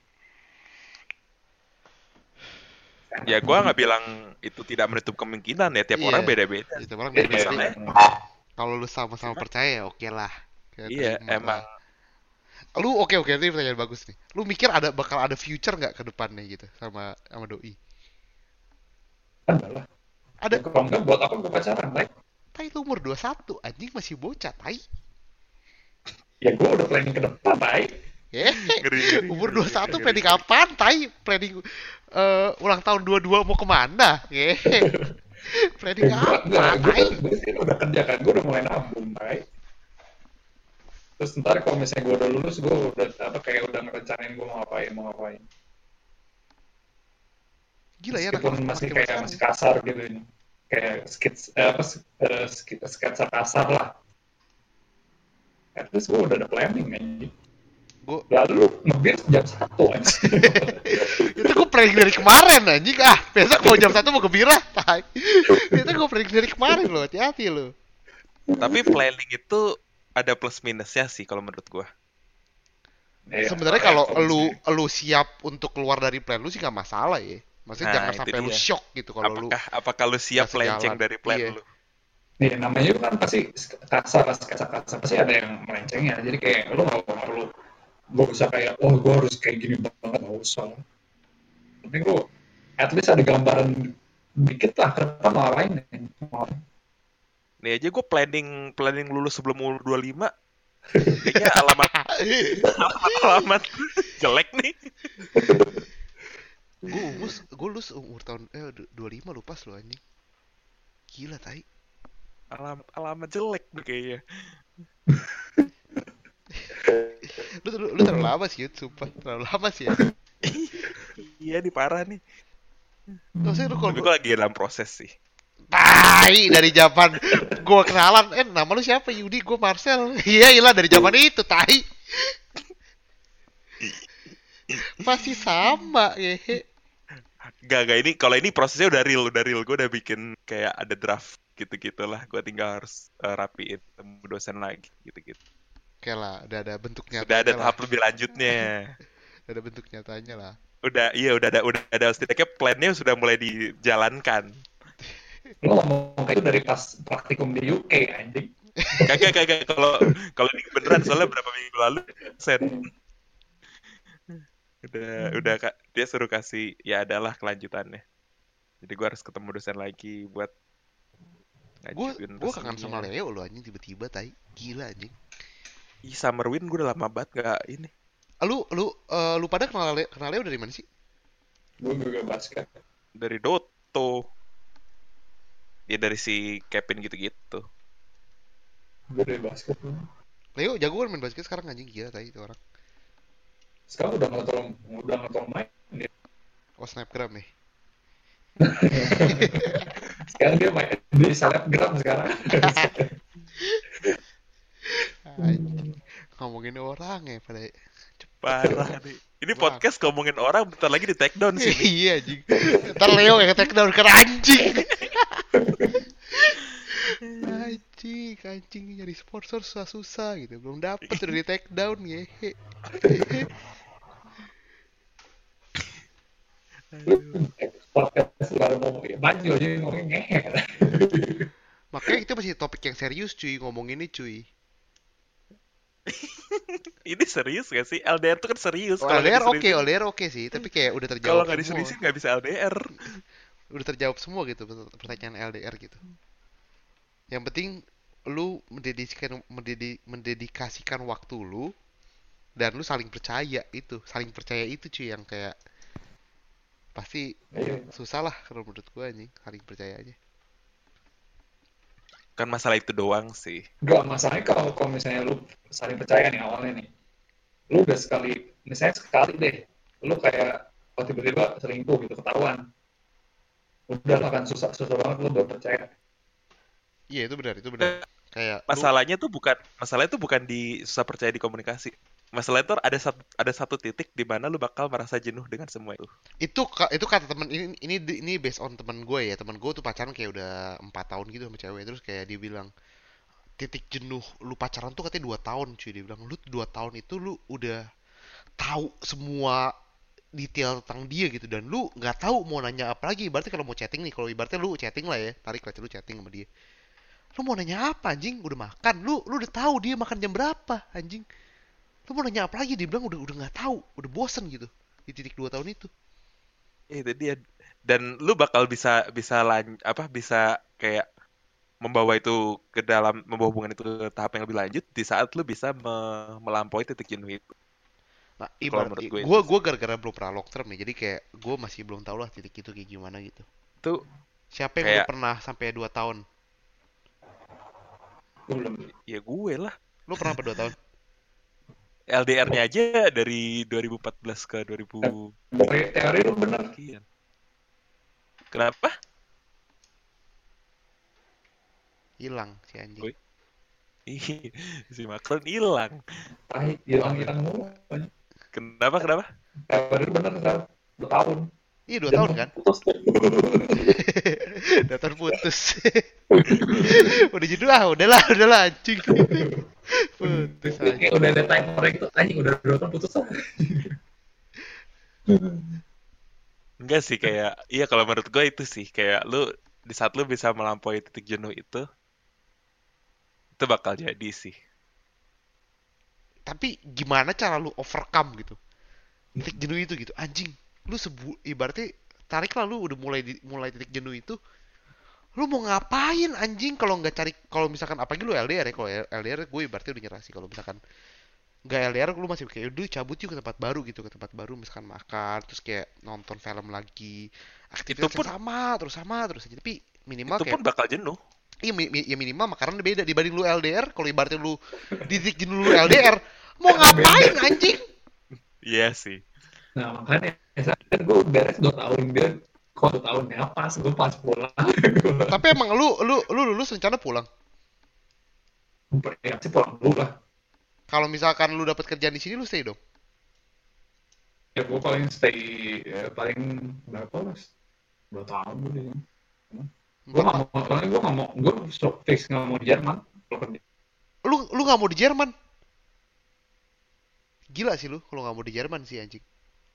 Ya gue nggak bilang itu tidak menutup kemungkinan ya, tiap Iya. orang beda-beda. Ya, tiap orang beda-beda. Iya. Kalau lu sama-sama percaya ya oke lah. Kayak Iya, terima emang. lah. Lu oke ini pertanyaan bagus nih. Lu mikir bakal ada future nggak ke depannya gitu sama doi? Kan lah. Ada. Kalau enggak buat apa gue pacaran, baik? Tai lu umur 21, anjing masih bocah, tai. Ya gue udah planning ke depan, baik. Ngeri. Umur 21 planning apaan, tai? Planning ulang tahun 22 mau kemana? Planning apa, tai? Gue sih udah kerja kan, gue udah mulai nabung, baik. Terus ntar kalau misalnya gue udah lulus, gue udah kayak udah ngerencanain gue mau ngapain. Gila ya, Meskipun anak masih zaman kayak sekarang. masih kasar gitu ini. Kayak sketsa kasar lah. At least gue udah ada planning nih. Gue Lalu ngebir jam 1 aja. itu gue planning dari kemarin, anjing. Besok mau jam 1 mau gembira, tai. Itu gue planning dari kemarin loh, hati-hati lo. Tapi planning itu ada plus minusnya sih kalau menurut gua. Sebenarnya kalau lu siap untuk keluar dari plan lu sih nggak masalah ya. Maksudnya Nah, jangan itu sampai lu dia. shock gitu kalau lu Apakah lu siap nggak melenceng sejalan. dari plan Iya. lu? Nih, namanya itu kan pasti kasar, sketsa kasar. Pasti ada yang melencengnya. Jadi kayak lu nggak perlu gue usah kayak, oh gue harus kayak gini banget, nggak usah. Tapi gue at least ada gambaran dikit lah, ke depan mau ngapain. Nih aja gue planning lulus sebelum umur 25. Kayaknya alamat jelek nih. Gue lulus umur tahun 25 lu pas lu anjing. Gila tai. Alamat jelek nih kayaknya. Lu terlalu lama sih, Yud, sumpah. Terlalu lama sih ya. Iya, di parah nih. Maksudnya lu kalau Tapi gue lagi dalam proses sih. tai dari zaman gua kenalan, nama lu siapa? Yudi, gua Marcel. Iya dari zaman itu, tai. Masih sama, hehe. Gak, ini kalau ini prosesnya udah real. Gue udah bikin kayak ada draft gitu-gitulah. Gue tinggal harus rapiin, temu dosen lagi gitu-gitu. Oke lah, udah ada bentuk nyatanya Udah ada lah. tahap lebih lanjutnya. Udah ada bentuk nyatanya lah. Udah ada setidaknya plannya sudah mulai dijalankan. Lo ngomong kayak itu dari pas praktikum di UK, anjing. Kagak kalau ini beneran, soalnya berapa minggu lalu sen udah Kak, dia suruh kasih ya adalah kelanjutannya. Jadi gue harus ketemu dosen lagi buat ngajuin Gue kangen resminya. sama Leo lo anjing, tiba-tiba tai. Gila anjing. Ih, Summer Wind gue udah lama banget gak ini. Lu pada kenal Leo dari mana sih? Gue juga basket. Dari Dota. Ya dari si Kevin gitu-gitu. Gue dari basket. Leo jago kan main basket sekarang anjing, gila tai itu orang. Sekarang udah nggak tolong main dia. Oh, snapgram nih. Sekarang dia main di selebgram sekarang. Anjing. Ngomongin orang ya pada Parah nih. Ini podcast ngomongin orang, bentar lagi di take down sih. iya anjing. Ntar Leo yang take down karena anjing. Anjing nyari sponsor susah-susah gitu. Belum dapet udah di take down ya. Podcast baru ngomong maju aja ngomongin ngehe. Makanya itu masih topik yang serius cuy, ngomong ini cuy. Ini serius gak sih? LDR tuh kan serius. Oh, Kalau nggak diseriusin- LDR oke sih, tapi kayak udah terjawab Kalau nggak semua. diseriusin nggak bisa LDR. Udah terjawab semua gitu pertanyaan LDR gitu. Yang penting lu mendedikasikan waktu lu dan lu saling percaya itu cuy, yang kayak pasti susah lah kalau menurut gua anjing, saling percaya aja. Kan masalah itu doang sih. Gak masalahnya kalau misalnya lu saling percaya nih awalnya nih, lu udah misalnya sekali deh, lu kayak tiba-tiba selingkuh gitu ketahuan, udah lah kan susah banget lu udah percaya. Iya itu benar kayak Masalahnya tuh bukan di susah percaya di komunikasi. Masalah itu ada satu titik di mana lu bakal merasa jenuh dengan semua itu. itu kata temen ini based on teman gue ya. Teman gue tuh pacaran kayak udah 4 tahun gitu sama cewek, terus kayak dia bilang titik jenuh lu pacaran tuh katanya 2 tahun cuy. Dia bilang lu 2 tahun itu lu udah tahu semua detail tentang dia gitu, dan lu nggak tahu mau nanya apa lagi. Ibaratnya kalau mau chatting nih, kalau ibaratnya lu chatting lah ya, tarik lah lu chatting sama dia, lu mau nanya apa anjing, udah makan, lu udah tahu dia makan jam berapa anjing, lu mau nanya apa lagi. Dia bilang udah nggak tahu, udah bosen gitu di titik 2 tahun itu. Itu dia. Dan lu bakal bisa kayak membawa itu ke dalam, membawa hubungan itu ke tahap yang lebih lanjut di saat lu bisa melampaui titik jenuh itu. Nah, Kalau ibarat menurut gue gue itu gue sih. gara-gara belum pernah long term ya, jadi kayak gue masih belum tahu lah titik itu kayak gimana gitu. Itu Siapa yang udah kayak pernah sampai 2 tahun? Gue belum. ya gue lah. Lu pernah sampai 2 tahun? LDR-nya aja dari 2014 ke 2000 Teori lu bener. sekian. Kenapa? Hilang si anjing. Woi, ih, si Macron hilang. Tai, hilang-hilang mulu. Kenapa? Kenapa? Teori lu bener kan? 2 tahun. Iya 2 tahun Jenuh, kan? putus tuh. 2 tahun putus. Udah judul ah, udahlah anjing. Putus Dia kayak anjing. udah ada timer itu, anjing udah 2 tahun putus lah. Enggak sih, kayak iya, kalau menurut gue itu sih kayak lu di saat lu bisa melampaui titik jenuh itu bakal jadi sih. Tapi gimana cara lu overcome gitu? Titik jenuh itu gitu. Anjing, lu ibaratnya tarik lah, lu udah mulai titik jenuh itu, lu mau ngapain anjing kalau nggak cari, kalau misalkan apalagi lu LDR ya, kalau LDR gue ibaratnya udah nyerah sih. Kalau misalkan nggak LDR lu masih kayak udah cabut yuk ke tempat baru gitu, ke tempat baru misalkan makan terus kayak nonton film lagi, Itu aktivitasnya pun sama terus aja, tapi minimal itu kayak pun bakal jenuh. iya ya minimal makanan beda dibanding lu LDR. Kalau ibaratnya lu di titik jenuh lu LDR, mau ngapain Beda. anjing? Iya sih. Nah makanya kan gue beres 2 tahun, dia kok 2 tahun ya pas gue pas pulang. Tapi emang lu lulus rencana pulang? Ya sih pulang dulu lah. Kalau misalkan lu dapat kerjaan di sini lu stay dong. Ya gue paling stay paling berapa lah, 2 tahun gue di sini. Gue 4 nggak tahun. mau, soalnya gue nggak mau, gue fix nggak mau di Jerman kalau kerja. Lu nggak mau di Jerman? Gila sih lu kalau nggak mau di Jerman sih anjing.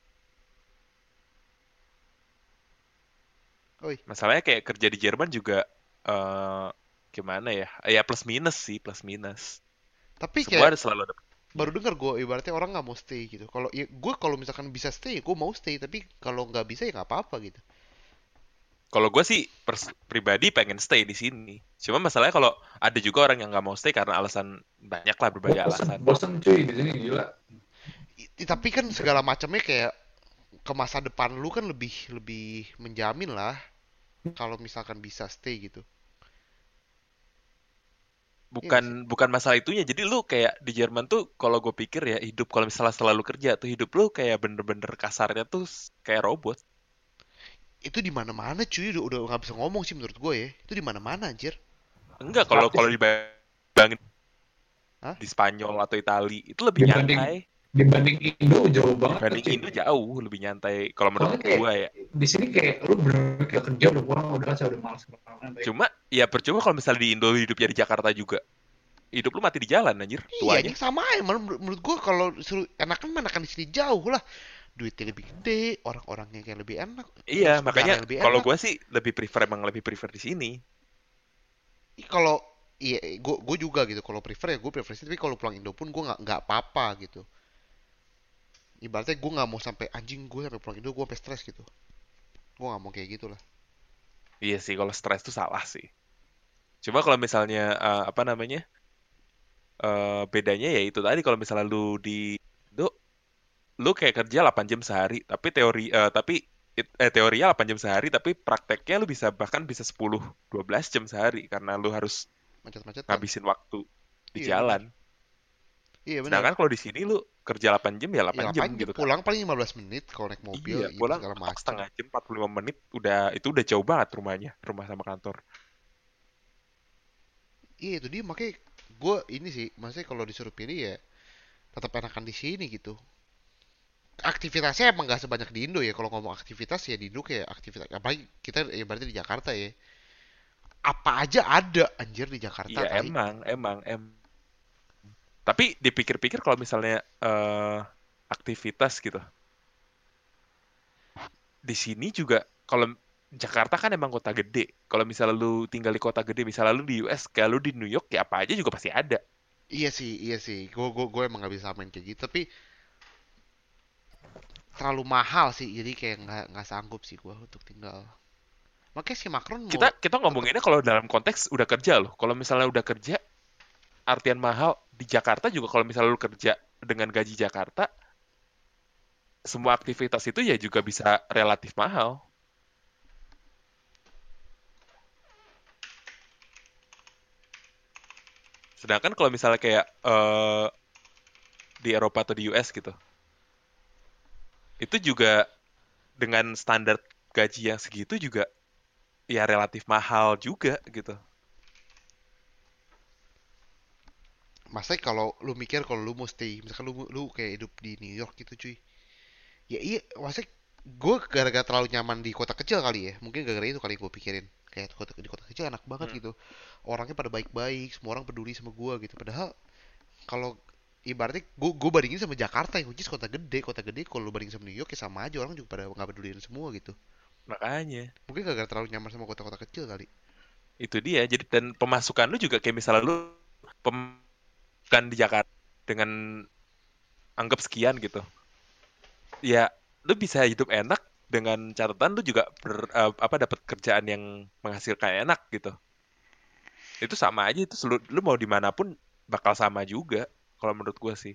Oi, Masalahnya kayak kerja di Jerman juga gimana ya? Ya plus minus sih, plus minus. tapi Semua kayak ada selalu ada. baru dengar gue ibaratnya orang nggak mau stay gitu. Kalau ya, gue kalau misalkan bisa stay, gue mau stay. Tapi kalau nggak bisa ya nggak apa-apa gitu. Kalau gue sih pribadi pengen stay di sini. Cuma masalahnya kalau ada juga orang yang nggak mau stay karena alasan banyak lah, berbagai Bosen, alasan. bosen cuy di sini gila. Tapi kan segala macamnya kayak ke masa depan lu kan lebih lebih menjamin lah kalau misalkan bisa stay gitu. Iya nggak sih? Bukan masalah itunya. Jadi lu kayak di Jerman tuh kalau gue pikir ya, hidup kalau misalnya selalu kerja tuh hidup lu kayak bener-bener kasarnya tuh kayak robot. Itu di mana-mana cuy, udah nggak bisa ngomong sih menurut gue ya. Itu di mana-mana anjir. Enggak, kalau Praktis kalau dibandingin Hah? di Spanyol atau Itali itu lebih dibanding nyantai. dibanding Indo jauh banget Dibanding cuy. Indo jauh lebih nyantai kalau menurut Soalnya kayak gua ya. di sini kayak lu bener kayak kerja udah pulang udah saya udah malas kemana-mana. Cuma ya percuma kalau misalnya di Indo hidupnya di Jakarta juga. Hidup lu mati di jalan anjir Iya tuanya. anjing sama aja. Menurut gue kalau suruh enakan di sini jauh lah. Duitnya lebih gede, orang-orangnya kayak lebih enak, Iya, terus negara makanya yang lebih kalau enak. gua sih lebih prefer di sini. Kalau iya, gue juga gitu. Kalau prefer ya gue prefer sih. Tapi kalau pulang Indo pun gue nggak apa-apa gitu. Ibaratnya gue nggak mau sampai anjing gue sampai pulang Indo gue sampai stres gitu. Gue nggak mau kayak gitu lah. Iya sih, kalau stres tuh salah sih. Cuma kalau misalnya apa namanya? Bedanya ya itu tadi, kalau misalnya lu di Indo, lu kayak kerja 8 jam sehari, tapi teorinya 8 jam sehari, tapi prakteknya lu bisa bahkan bisa 10-12 jam sehari karena lu harus Macet-macetan. ngabisin waktu di Iya benar. jalan. Iya benar. Sedangkan kalau di sini lu kerja 8 jam ya Iya 8 jam 8 jam gitu kan. pulang paling 15 menit kalau naik mobil Iya, gitu pulang segala mentok macem. setengah jam, 45 menit itu udah jauh banget rumahnya, rumah sama kantor. Iya itu dia makanya gue ini sih, maksudnya kalau disuruh pilih ya tetap enakan di sini gitu. Aktivitasnya emang gak sebanyak di Indo ya. Kalau ngomong aktivitas ya di Indo kayak aktivitas apalagi kita ya berarti di Jakarta ya. Apa aja ada anjir di Jakarta Iya, tai. emang. Tapi dipikir-pikir kalau misalnya aktivitas gitu. Di sini juga kalau Jakarta kan emang kota gede. Kalau misalnya lu tinggal di kota gede, misalnya lu di US, kayak lu di New York, ya apa aja juga pasti ada. Iya sih. Gue emang gak bisa main kayak gitu. Tapi terlalu mahal sih. Jadi kayak nggak sanggup sih gue untuk tinggal. Makanya si Macron mau Kita ngomonginnya kalau dalam konteks udah kerja loh. Kalau misalnya udah kerja, artian mahal di Jakarta juga kalau misalnya lu kerja dengan gaji Jakarta, semua aktivitas itu ya juga bisa relatif mahal. Sedangkan kalau misalnya kayak di Eropa atau di US gitu, itu juga dengan standar gaji yang segitu juga ya relatif mahal juga gitu. masa kalau lu mikir kalau lu mau stay misalkan lu kayak hidup di New York gitu cuy. Ya iya, masa gue gara-gara terlalu nyaman di kota kecil kali ya. Mungkin gara-gara itu kali gue pikirin. Kayak di kota kecil enak banget Hmm. gitu. Orangnya pada baik-baik, semua orang peduli sama gue gitu. Padahal kalau ibaratnya gue bandingin sama Jakarta yang which is kota gede kalau lu bandingin sama New York ya sama aja orang juga pada nggak peduliin semua gitu. Makanya Mungkin gara-gara terlalu nyaman sama kota-kota kecil kali. itu dia. Jadi dan pemasukan lu juga kayak misalnya lu pemasukan di Jakarta dengan anggap sekian gitu. Ya lu bisa hidup enak dengan catatan lu juga dapat kerjaan yang menghasilkan enak gitu. Itu sama aja itu lu mau dimanapun bakal sama juga kalau menurut gua sih.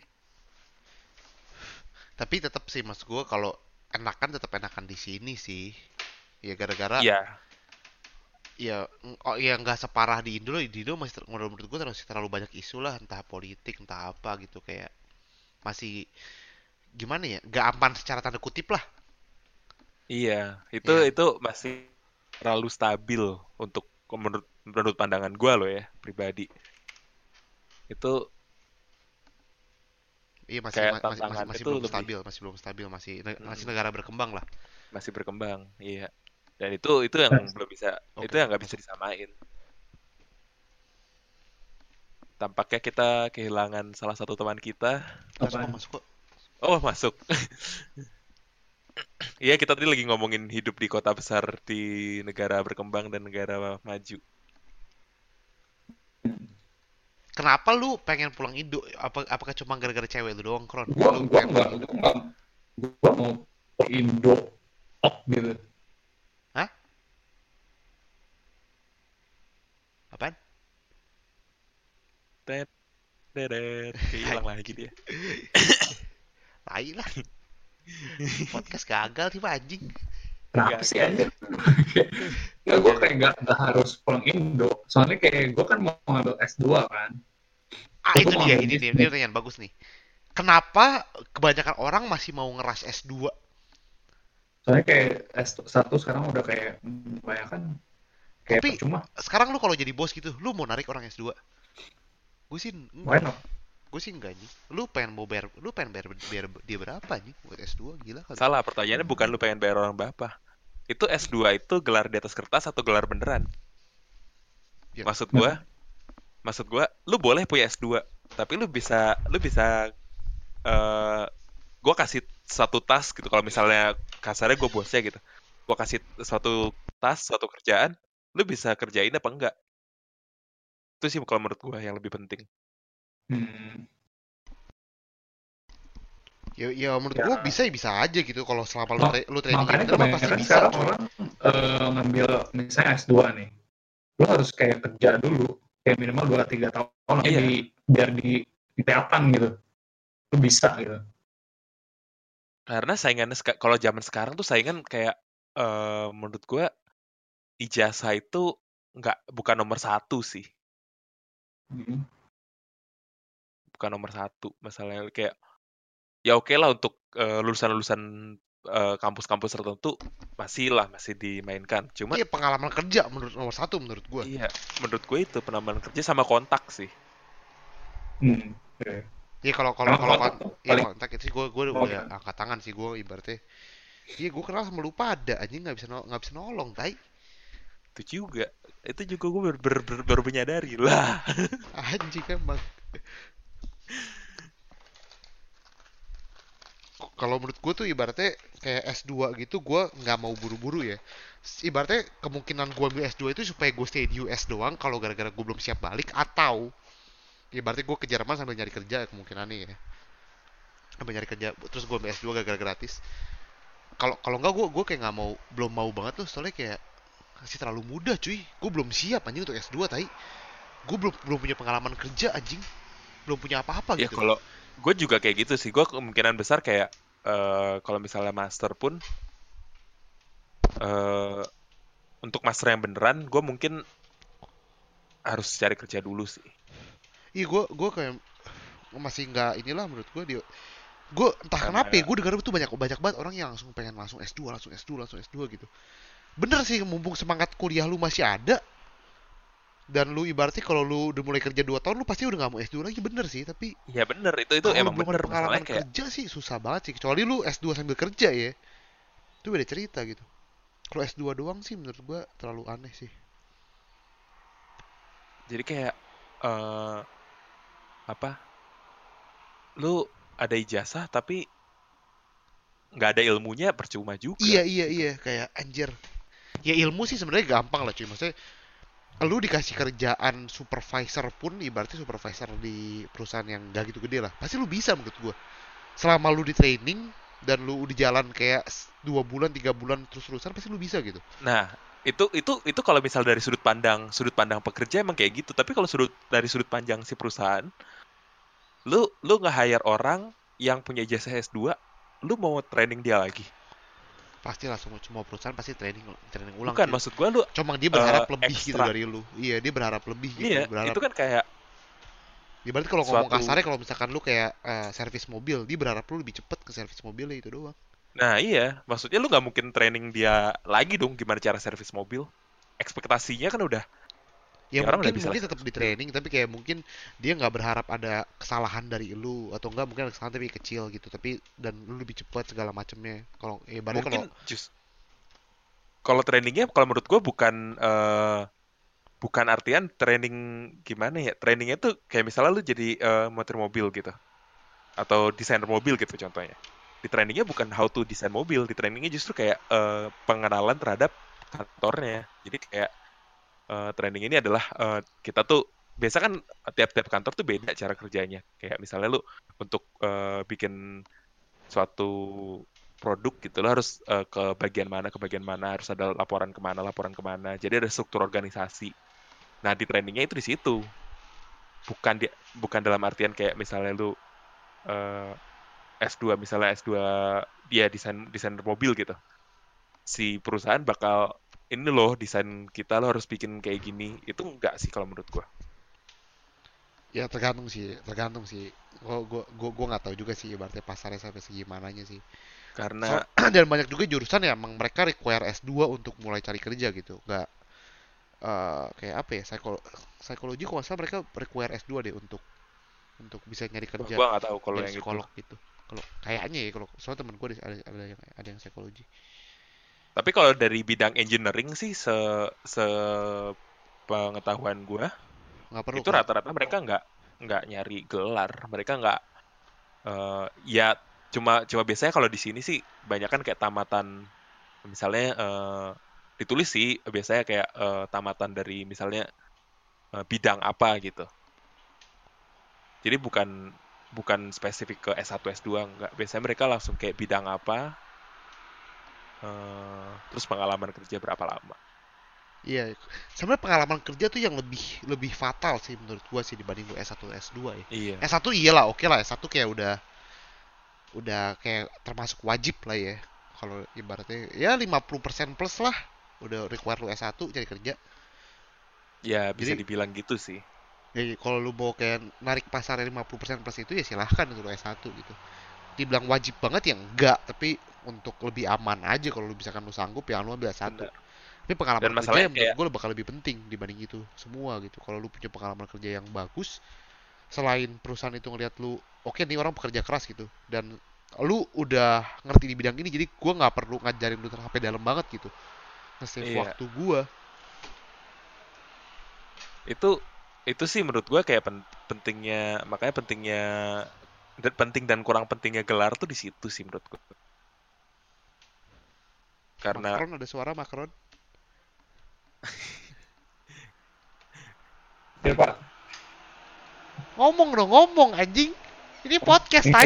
Tapi tetap sih mas gue kalau enakan tetap enakan di sini sih. Ya gara-gara Iya, ya oh ya nggak separah di Indo. Di Indo masih menurut gue terlalu banyak isu lah, entah politik entah apa gitu, kayak masih gimana ya, nggak aman secara tanda kutip lah iya, itu ya. itu masih terlalu stabil untuk menurut menurut pandangan gua loh ya pribadi. Itu Iya masih kayak masih masih tantangan masih itu belum lebih stabil, masih belum stabil, masih mm, negara berkembang lah. masih berkembang, iya. Dan itu yang belum bisa, itu Oke, yang nggak bisa masuk disamain. Tampaknya kita kehilangan salah satu teman kita. Apaan? masuk kok. Oh, masuk. Iya, kita tadi lagi ngomongin hidup di kota besar di negara berkembang dan negara maju. Kenapa lu pengen pulang Indo? Apakah cuma gara-gara cewek lu doang, Kron? Gua Lu gua pengen nggak pulang Indo? gua nggak gua mau ke Indo top gitu. Hah? Apaan? Tet, deret, hilang lagi Anjing, dia. tai lah. Podcast gagal sih Pak, anjing. Kenapa sih Gagal. anjir? Nggak, gue kayak nggak harus pulang Indo. Soalnya kayak gue kan mau ngambil S2 kan. Ah, Gue tuh itu mau dia. ngambil Ini bisnis. pertanyaan bagus nih. Kenapa kebanyakan orang masih mau ngeras S2? Soalnya kayak S1 sekarang udah kayak banyak kan kayak Tapi percuma. sekarang lu kalau jadi bos gitu, lu mau narik orang S2? Gue sih Why enggak. not? Gue sih enggak nih. Lu pengen bayar dia berapa nih buat S2? Gila kali. Salah, pertanyaannya bukan lu pengen bayar orang berapa. Itu S2 itu gelar di atas kertas atau gelar beneran? Ya, Maksud Masa? gua, maksud gua, lu boleh punya S2, tapi lu bisa eh gua kasih satu tas gitu. Kalau misalnya kasarnya gua bosnya gitu. Gua kasih suatu tas, suatu kerjaan, lu bisa kerjain apa enggak? Itu sih kalau menurut gua yang lebih penting. Hmm, ya menurut gue ya, bisa bisa aja gitu kalau selama lu trainingnya makanya bener mah pasti kebanyakan bisa, sekarang cuy. orang ngambil misalnya S2 nih. Lo harus kayak kerja dulu. Kayak minimal 2-3 tahun lah Iya, biar di kelihatan gitu. Lo bisa gitu. karena saingannya kalau zaman sekarang tuh saingan kayak menurut gua ijazah itu bukan nomor satu sih, Hmm. bukan nomor satu. Masalahnya kayak ya oke lah untuk lulusan-lulusan kampus-kampus tertentu masih dimainkan. Cuma Iya, pengalaman kerja menurut nomor satu menurut gue. iya, menurut gue itu penambahan kerja sama kontak sih. Hmm. Oke. Iya, kalau kalau Emang kalau kontak iya paling kontak itu gue oh udah gitu. angkat tangan sih gue ibaratnya. Iya, gue kenal sama lu pada anjing nggak bisa nolong, tai. Itu juga gue baru menyadari lah. Anjing emang. Kalau menurut gue tuh ibaratnya kayak S2 gitu gue nggak mau buru-buru ya. Ibaratnya kemungkinan gue ambil S2 itu supaya gue stay di US doang kalau gara-gara gue belum siap balik, atau ibaratnya gue ke Jerman sambil nyari kerja kemungkinannya ya. Sambil nyari kerja terus gue ambil S2 gara-gara gratis. Kalau kalau nggak gue kayak nggak mau, belum mau banget tuh soalnya kayak masih terlalu muda cuy. Gue belum siap anjing untuk S2 tai. Gue belum punya pengalaman kerja anjing. Belum punya apa-apa Ya gitu. kalau gue juga kayak gitu sih. Gue kemungkinan besar kayak kalau misalnya master pun eh, untuk master yang beneran, gue mungkin harus cari kerja dulu sih. Iya gue kayak masih nggak inilah menurut gue dia. Gue entah kenapa ya, Karena gue dengar tuh banyak banget orang yang langsung pengen langsung S2 gitu. Bener sih, mumpung semangat kuliah lu masih ada, dan lu ibaratnya kalau lu udah mulai kerja 2 tahun lu pasti udah nggak mau S2 lagi, bener sih. Tapi ya bener itu kalau lu emang belum bener ada pengalaman masalahnya kayak kerja sih susah banget sih, kecuali lu S2 sambil kerja ya, itu beda cerita gitu. Kalau S2 doang sih menurut gua terlalu aneh sih. jadi kayak eh apa? Lu ada ijazah tapi nggak ada ilmunya percuma juga gitu. Iya kayak anjir. Ya ilmu sih sebenarnya gampang lah cuy, maksudnya lu dikasih kerjaan supervisor pun, ibaratnya supervisor di perusahaan yang gak gitu gede lah, pasti lu bisa menurut gua. Selama lu di training dan lu di jalan kayak 2 bulan 3 bulan terus-terusan, pasti lu bisa gitu. Nah, itu kalau misal dari sudut pandang pekerja emang kayak gitu. Tapi kalau dari sudut pandang si perusahaan, lu nge-hire orang yang punya ijazah S2, lu mau training dia lagi. Pasti lah, semua perusahaan pasti training training ulang Bukan, cuy. maksud gua lu Cuma dia berharap lebih gitu ekstra. dari lu. Iya, dia berharap lebih gitu, Iya, berharap. itu kan kayak Ibarat kalau ngomong suatu. kasarnya, kalau misalkan lu kayak servis mobil, dia berharap lu lebih cepet ke servis mobilnya, itu doang. Nah, iya, maksudnya lu nggak mungkin training dia lagi dong gimana cara servis mobil. Ekspektasinya kan udah, Ya ya orang mungkin udah bisa lah mungkin tetap servis di mobil. training, tapi kayak mungkin dia nggak berharap ada kesalahan dari lu, atau enggak mungkin ada kesalahan tapi kecil gitu, tapi dan lu lebih cepat segala macamnya. Kalau ibaratnya kalau Mungkin kalau trainingnya, kalau menurut gue bukan artian training gimana ya. Trainingnya tuh kayak misalnya lu jadi motor mobil gitu. Atau desainer mobil gitu contohnya. Di trainingnya bukan how to desain mobil. Di trainingnya justru kayak pengenalan terhadap kantornya. Jadi kayak training ini adalah kita tuh biasa kan tiap-tiap kantor tuh beda cara kerjanya. Kayak misalnya lu untuk bikin suatu produk gitu lo harus ke bagian mana harus ada laporan kemana, jadi ada struktur organisasi. Nah di trainingnya itu di situ, bukan dalam artian kayak misalnya lu eh, S2 misalnya S2 dia desainer mobil gitu, si perusahaan bakal ini loh desain kita lo harus bikin kayak gini, itu enggak sih kalau menurut gua. ya tergantung sih. Gua nggak tahu juga sih ibaratnya pasarnya sampai segimananya sih. So, Karena dan banyak juga jurusan ya emang mereka require S2 untuk mulai cari kerja gitu. Nggak kayak apa ya, psikologi kalau nggak salah mereka require S2 deh untuk bisa nyari wah, kerja gua nggak tahu kalau jadi yang itu. psikolog gitu. Kalau kayaknya ya, kalau soalnya temen gue ada yang psikologi. Tapi kalau dari bidang engineering sih se pengetahuan gua Nggak perlu itu kan? rata-rata mereka nggak nyari gelar, mereka nggak ya cuma cuma biasanya kalau di sini sih banyak kan kayak tamatan misalnya ditulis sih biasanya kayak tamatan dari misalnya bidang apa gitu, jadi bukan bukan spesifik ke S1 S2 nggak, biasanya mereka langsung kayak bidang apa, terus pengalaman kerja berapa lama. Iya, sebenarnya pengalaman kerja tuh yang lebih lebih fatal sih menurut gua sih dibanding lu S1 S2 ya. Iya, S1 iyalah, oke lah, S1 kayak udah kayak termasuk wajib lah ya. Kalau ibaratnya ya 50% plus lah udah require lu S1 cari kerja. ya bisa Jadi dibilang gitu sih. ya kalau lu mau kayak narik pasar 50% plus itu ya silahkan untuk S1 gitu. Dibilang wajib banget ya enggak, tapi untuk lebih aman aja kalau lu misalkan lu sanggup ya lu ambil S1. Benar. Tapi Dan pengalaman kerja masalahnya yang menurut kayak gue bakal lebih penting dibanding itu semua gitu. Kalau lu punya pengalaman kerja yang bagus, selain perusahaan itu ngeliat lu, oke nih orang pekerja keras gitu, dan lu udah ngerti di bidang ini, jadi gue nggak perlu ngajarin lu sampai dalam banget gitu, nge-save iya, waktu gue. itu itu sih menurut gue kayak pentingnya, makanya pentingnya dan penting dan kurang pentingnya gelar tuh di situ sih menurut gue. Karena Macron, ada suara Macron. Ya Pak, Ngomong dong, ngomong anjing. Ini podcast, ini, tai.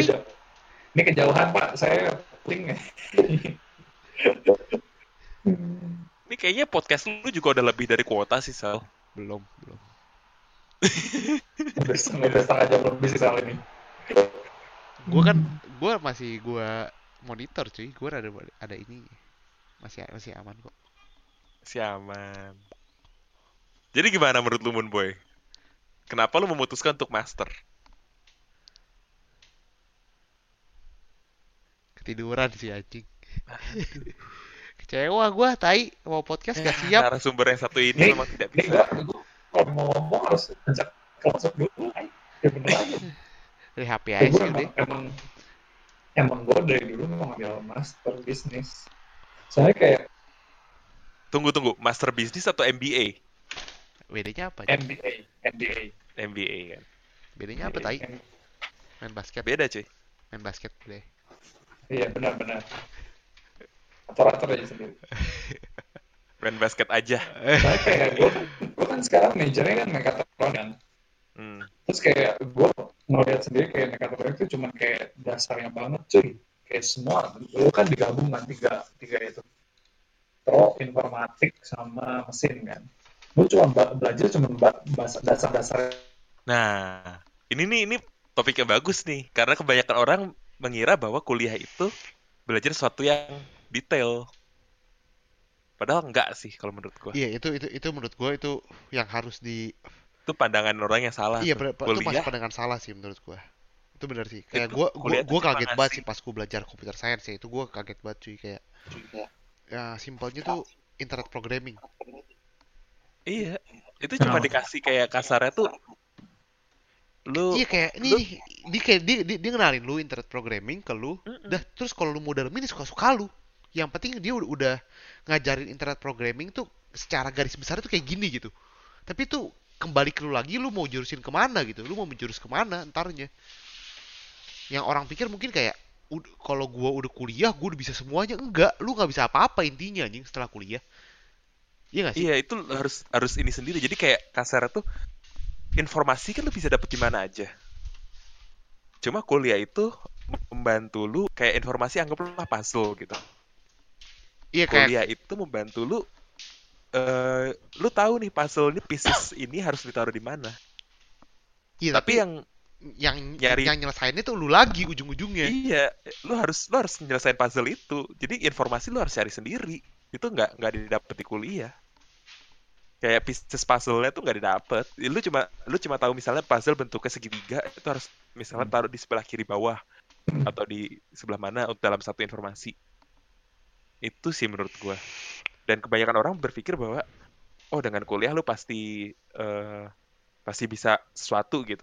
ini kejauhan Pak, saya link ya. Ini kayaknya podcast lu juga udah lebih dari kuota sih, Sal. Belum. Udah setengah jam lebih sih soal ini. Gue masih monitor cuy. Gue ada ini masih aman kok. Si aman. Jadi gimana menurut lu, Moon Boy? Kenapa lu memutuskan untuk master? Ketiduran sih anjing. Kecewa gue, tai mau podcast gak siap. Narasumber yang satu ini Nih, memang tidak nih bisa. gue kalau mau ngomong harus ajak kelas dulu. Ya bener aja. Dari HP Ya, aja gue sih udah. emang gue dari dulu memang ngambil master bisnis. Soalnya kayak Tunggu, master bisnis atau MBA? Bedanya apa? MBA. MBA kan. Bedanya apa tai? Main basket. Beda cuy. Main basket boleh. Iya benar. Atur-atur aja sendiri. Main basket aja. Soalnya kayak gue kan sekarang majornya kan mekatronik kan. Terus kayak gue ngeliat sendiri kayak mekatronik itu cuma kayak dasarnya banget cuy. Kayak semua, lu kan digabung kan tiga itu. Pro, informatik, sama mesin kan. Lu cuma belajar cuma dasar-dasar. Nah, ini topik yang bagus nih. Karena kebanyakan orang mengira bahwa kuliah itu belajar sesuatu yang detail. Padahal enggak sih kalau menurut gua. Iya, itu menurut gue itu yang harus Itu pandangan orang yang salah Iya, tuh. itu masih Kuliah, pandangan salah sih menurut gue. Itu benar sih. Kayak itu gue kuliah tuh gue cuma kaget banget ngasih. sih pas gue belajar computer science ya. Itu gue kaget banget cuy kayak ya simpelnya tuh internet programming. Iya, itu cuma dikasih kayak kasarnya tuh lu Iya kayak ini lu nih, dia ngenalin lu internet programming ke lu. Dah terus kalau lu mau dalemin suka-suka lu. Yang penting dia udah ngajarin internet programming tuh secara garis besar tuh kayak gini gitu. Tapi tuh kembali ke lu lagi, lu mau jurusin kemana gitu, lu mau menjurus kemana entarnya. Yang orang pikir mungkin kayak kalau gua udah kuliah gua udah bisa semuanya. Enggak, lu nggak bisa apa-apa intinya anjing setelah kuliah. Iya gak sih? iya itu harus ini sendiri. Jadi kayak kasarnya tuh informasi kan lu bisa dapet di mana aja. Cuma kuliah itu membantu lu kayak informasi anggaplah puzzle gitu. Iya kayak Kuliah itu membantu lu lu tahu nih puzzle ini pieces ini harus ditaruh di mana. iya Tapi tapi yang yang nyari yang nyelesainnya tuh lu lagi ujung-ujungnya. iya, lu harus nyelesain puzzle itu. Jadi informasi lu harus cari sendiri. Itu nggak didapet di kuliah. Kayak pieces puzzle-nya tuh nggak didapet. Lu cuma tahu misalnya puzzle bentuknya segitiga itu harus misalnya taruh di sebelah kiri bawah atau di sebelah mana dalam satu informasi. Itu sih menurut gua. Dan kebanyakan orang berpikir bahwa oh dengan kuliah lu pasti bisa sesuatu gitu.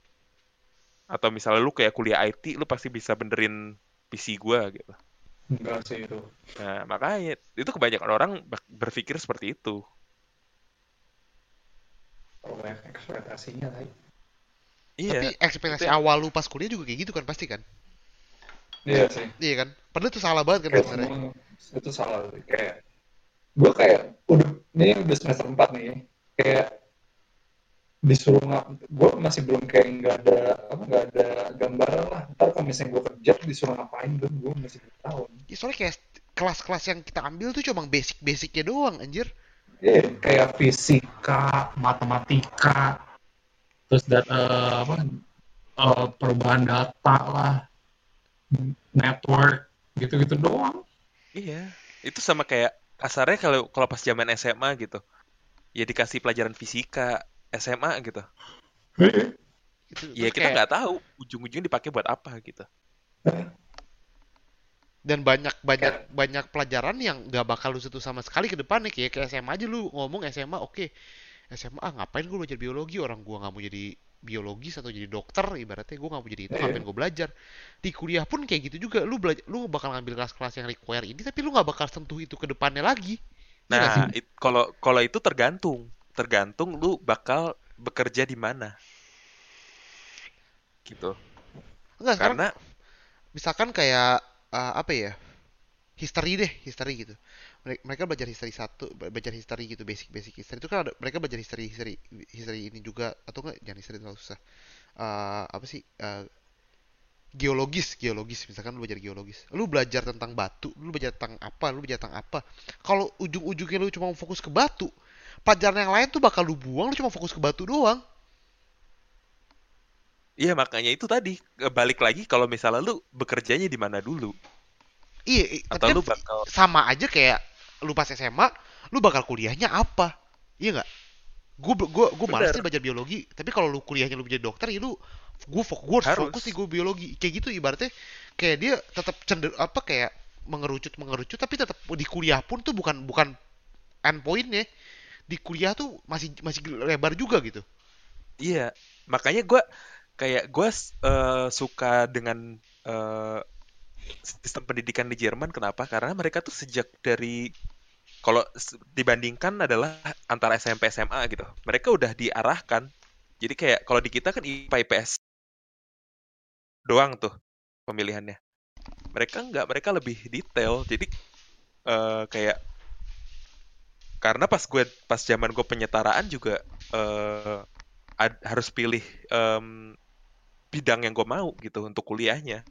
Atau misalnya lu kayak kuliah IT lu pasti bisa benerin PC gua gitu. Enggak sih itu. Nah, makanya itu kebanyakan orang berpikir seperti itu. Kalau banyak ekspektasinya lah. Tapi Iya, ekspektasi itu awal lu pas kuliah juga kayak gitu kan pasti kan? Iya sih. Iya kan? Padahal itu salah banget kan Kayak sebenarnya. semua itu salah sih. Kayak gue kayak udah semester 4 nih. Kayak disuruh gue masih belum kayak nggak ada gambaran lah. Ntar kalau misalnya gue kerja disuruh ngapain gue masih belum tahu. Ya, soalnya kayak kelas-kelas yang kita ambil tuh cuma basic-basicnya doang anjir. Iya, kayak fisika, matematika, terus perubahan data lah, network, gitu-gitu doang. iya. Itu sama kayak kasarnya kalau pas zaman SMA gitu. Ya dikasih pelajaran fisika SMA gitu. Itu Ya terus kita kayak nggak tahu ujung-ujungnya dipakai buat apa gitu. dan banyak banyak Kayak banyak pelajaran yang gak bakal lu sentuh sama sekali ke depannya kayak SMA aja lu ngomong SMA oke. SMA ngapain gue belajar biologi, orang gue nggak mau jadi biologis atau jadi dokter, ibaratnya gue nggak mau jadi itu, ngapain gue belajar. Di kuliah pun kayak gitu juga, lu bakal ngambil kelas-kelas yang require ini tapi lu nggak bakal sentuh itu ke depannya lagi. Iya gak sih? Nah, kalau itu tergantung lu bakal bekerja di mana gitu. Enggak, sekarang Karena misalkan kayak apa ya, history gitu. Mereka belajar belajar history gitu, basic history itu kan ada, mereka belajar history ini juga, atau enggak, jangan history terlalu susah. Apa sih, geologis misalkan lu belajar geologis, lu belajar tentang batu, lu belajar tentang apa, lu belajar tentang apa, kalau ujung-ujungnya lu cuma fokus ke batu, pelajaran yang lain tuh bakal lu buang, lu cuma fokus ke batu doang. Iya, makanya itu tadi balik lagi kalau misalnya lu bekerjanya di mana dulu Iya, tapi atau kan lu bakal sama aja kayak lu pas SMA, lu bakal kuliahnya apa? Iya nggak? Gue malas bener nih belajar biologi, tapi kalau lu kuliahnya lu jadi dokter, ya lu gue harus fokus nih harus. gue biologi. Kayak gitu ibaratnya kayak dia tetap apa kayak mengerucut tapi tetap di kuliah pun tuh bukan bukan end pointnya. Di kuliah tuh masih masih lebar juga gitu. Iya, makanya gue suka dengan eh, sistem pendidikan di Jerman. Kenapa? Karena mereka tuh sejak dari kalau dibandingkan adalah antara SMP SMA gitu, mereka udah diarahkan. Jadi kayak kalau di kita kan IPA IPS doang tuh pemilihannya. Mereka enggak, mereka lebih detail. Jadi kayak karena pas zaman gue penyetaraan juga eh, harus pilih em, bidang yang gue mau gitu untuk kuliahnya.